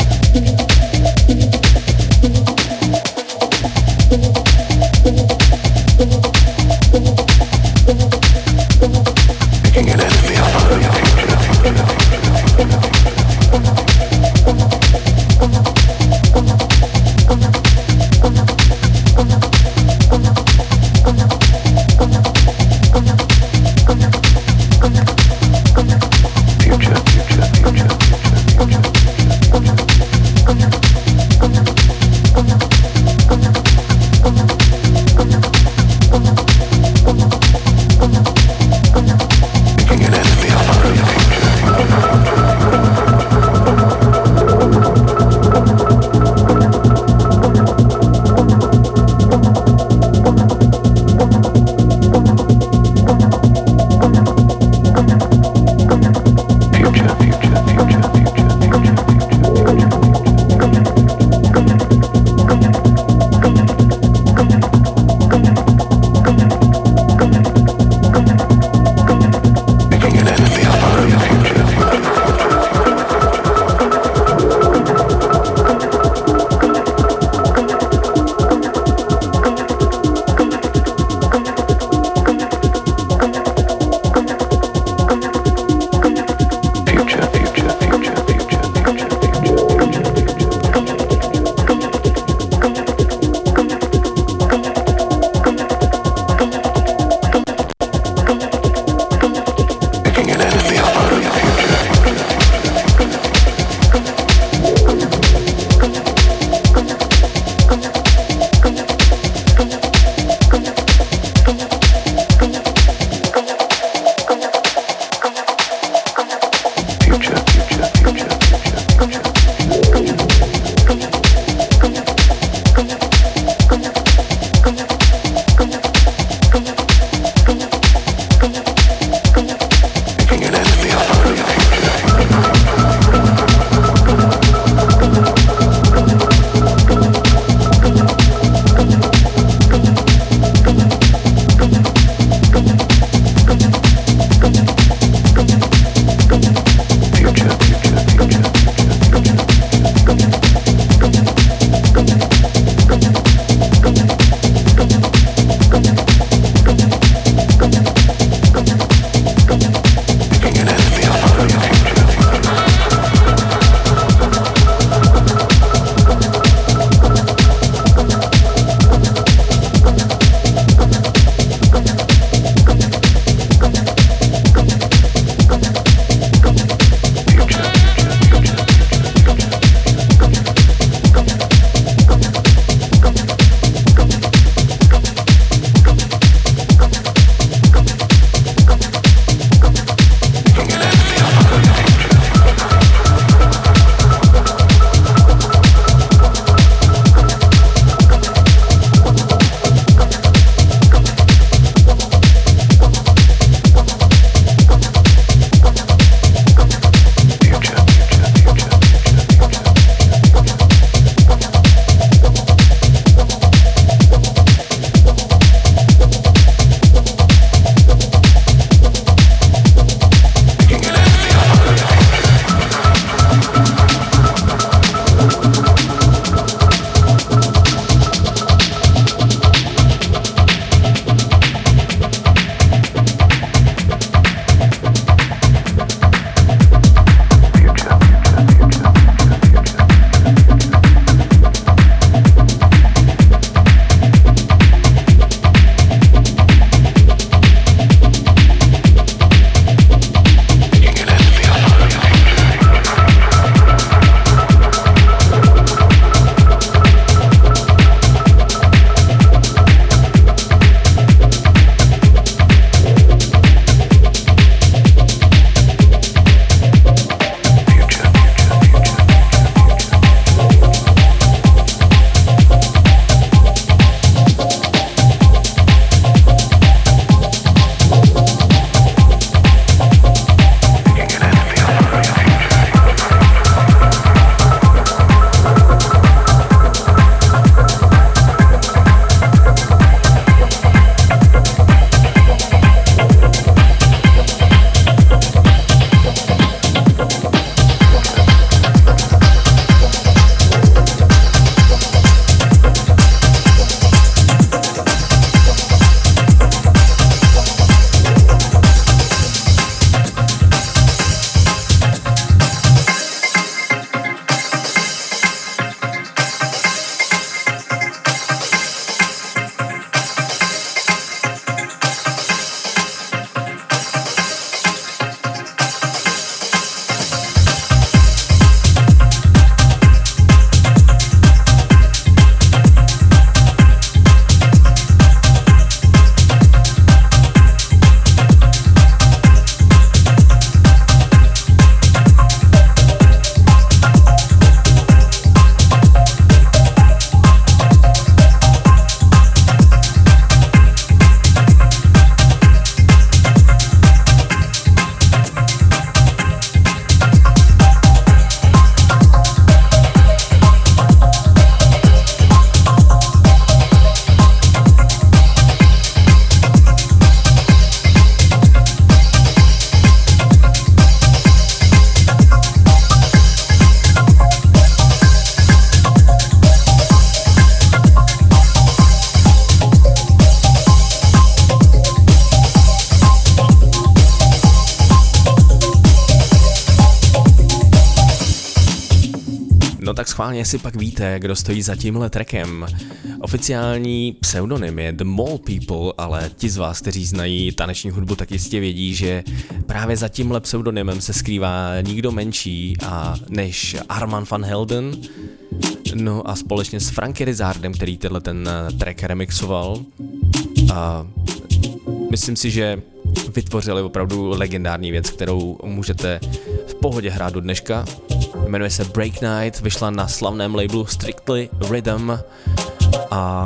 tak schválně, jestli pak víte, kdo stojí za tímhle trackem. Oficiální pseudonym je The Mole People, ale ti z vás, kteří znají taneční hudbu, tak jistě vědí, že právě za tímhle pseudonymem se skrývá nikdo menší než Armand van Helden. No a společně s Franky Rizardem, který ten track remixoval. A myslím si, že vytvořili opravdu legendární věc, kterou můžete v pohodě hrát do dneška. Jmenuje se Break Night, vyšla na slavném labelu Strictly Rhythm a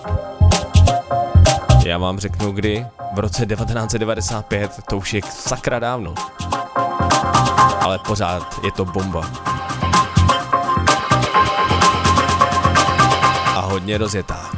já vám řeknu kdy, v roce 1995, to už je sakra dávno, ale pořád je to bomba. A hodně rozjetá.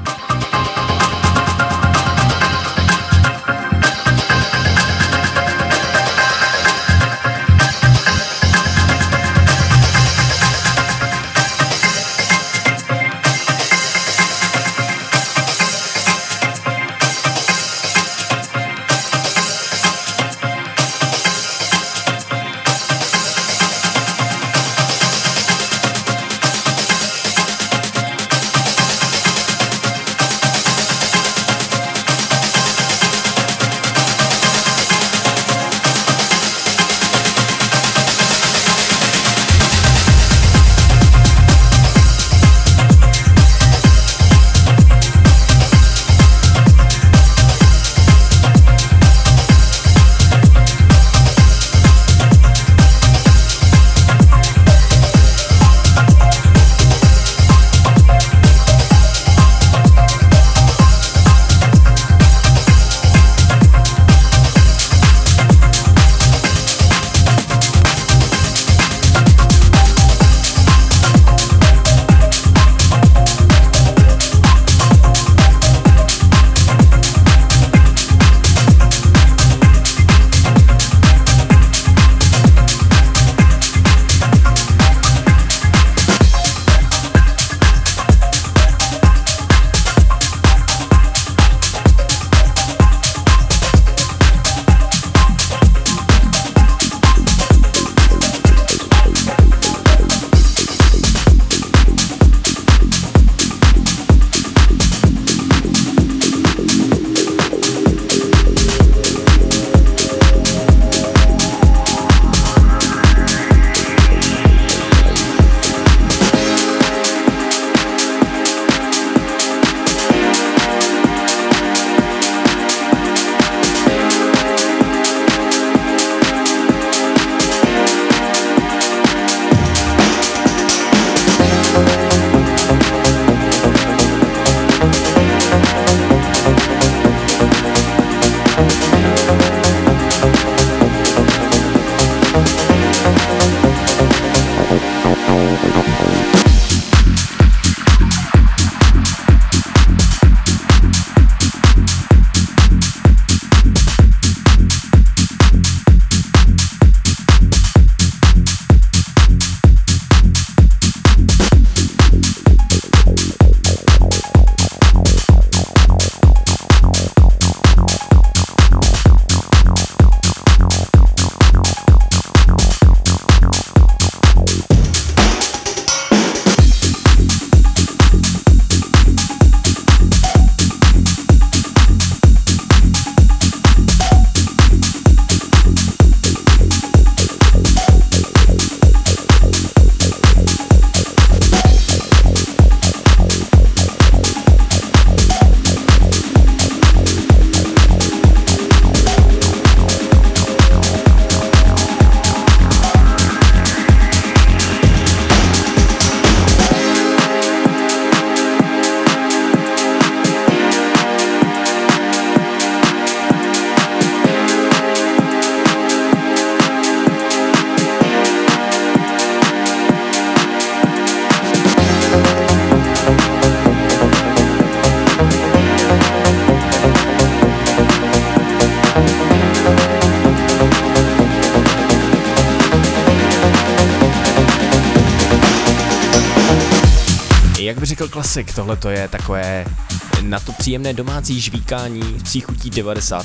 Jak by řekl klasik, tohle to je takové na to příjemné domácí žvíkání z příchutí 90.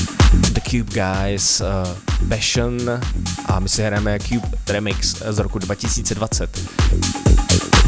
The Cube Guys, Passion a my si hrajeme Cube Remix z roku 2020.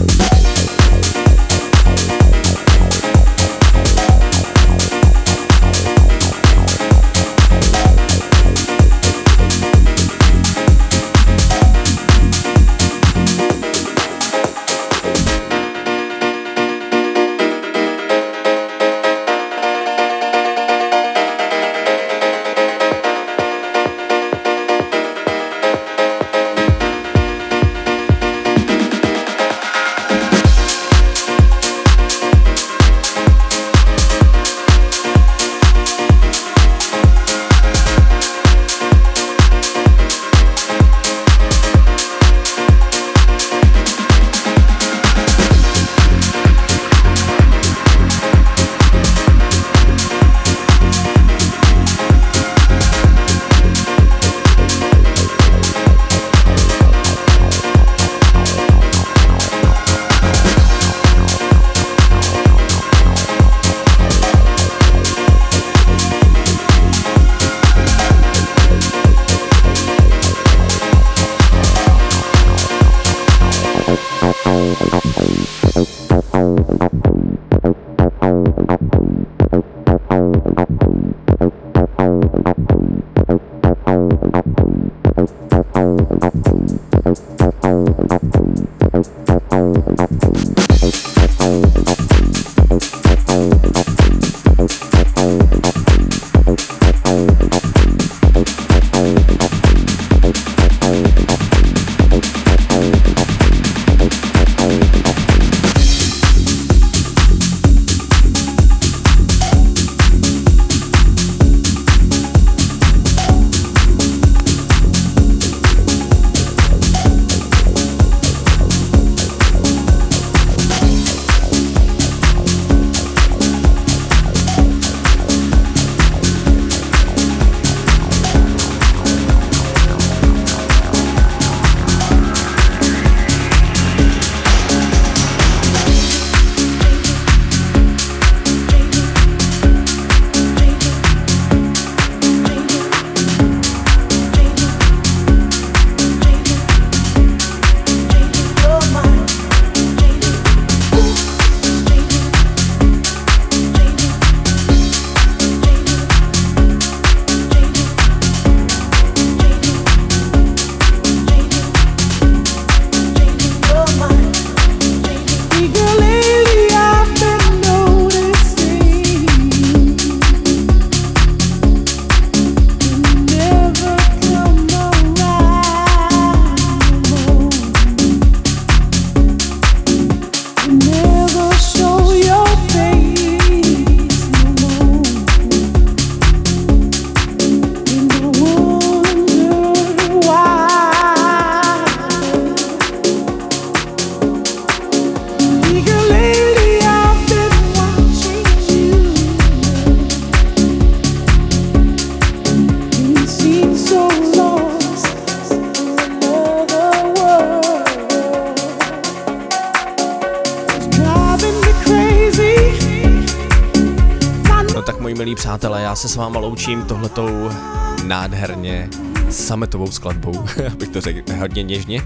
milí přátelé, já se s váma loučím tohletou nádherně sametovou skladbou, abych to řekl hodně něžně.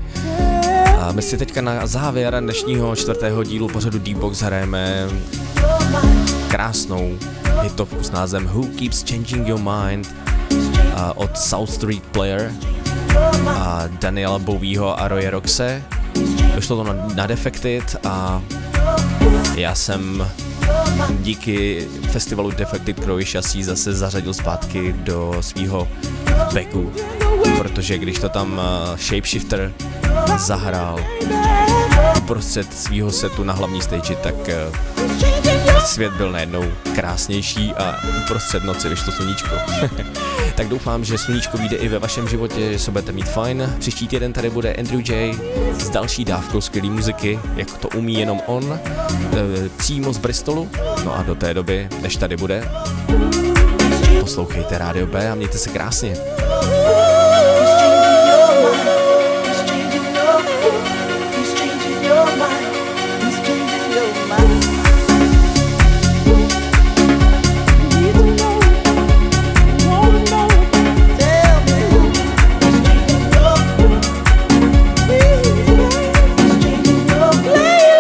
A my si teďka na závěr dnešního 4. dílu pořadu D-Box hrajeme krásnou hitovku s názvem Who Keeps Changing Your Mind od South Street Player a Daniela Bowieho a Roye Roxe. Došlo to na Defected a já jsem díky festivalu Defected Croatia si zase zařadil zpátky do svýho bagu, protože když to tam Shapeshifter zahrál uprostřed svýho setu na hlavní stage, tak svět byl najednou krásnější a uprostřed noci vyšlo sluníčko. Tak doufám, že sluníčko vyjde i ve vašem životě, že se budete mít fajn. Příští týden tady bude Andrew J s další dávkou skvělý muziky, jako to umí jenom on, přímo z Bristolu. No a do té doby, než tady bude, poslouchejte Rádio B a mějte se krásně. Play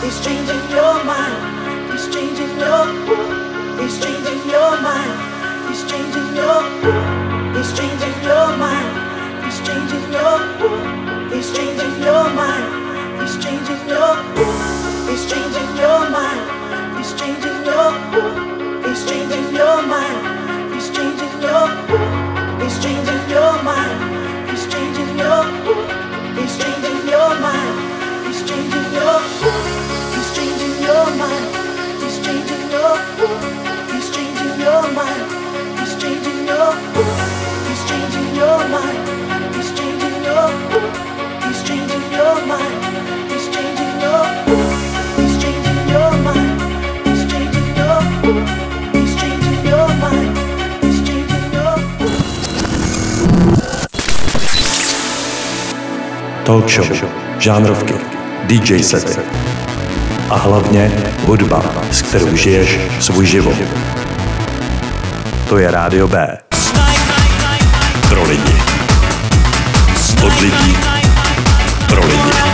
He's changing your mind. He's changing your. He's changing your mind. He's changing your. He's changing your mind. He's changing your. He's changing your mind. He's changing your. He's changing your mind. He's changing your. He's changing your mind. He's changing your. He's changing your mind. He's changing your. He's changing your mind. He's changing your. He's changing your mind. He's changing your. He's changing your mind. He's changing your. He's changing your mind. He's changing your. He's changing your mind. He's changing your. He's changing your mind. He's changing your. He's changing your mind. He's changing your. Talk show, žánrovky, DJ sety a hlavně hudba, s kterou žiješ svůj život. To je Rádio B. Pro lidi. Od lidí. Pro lidi.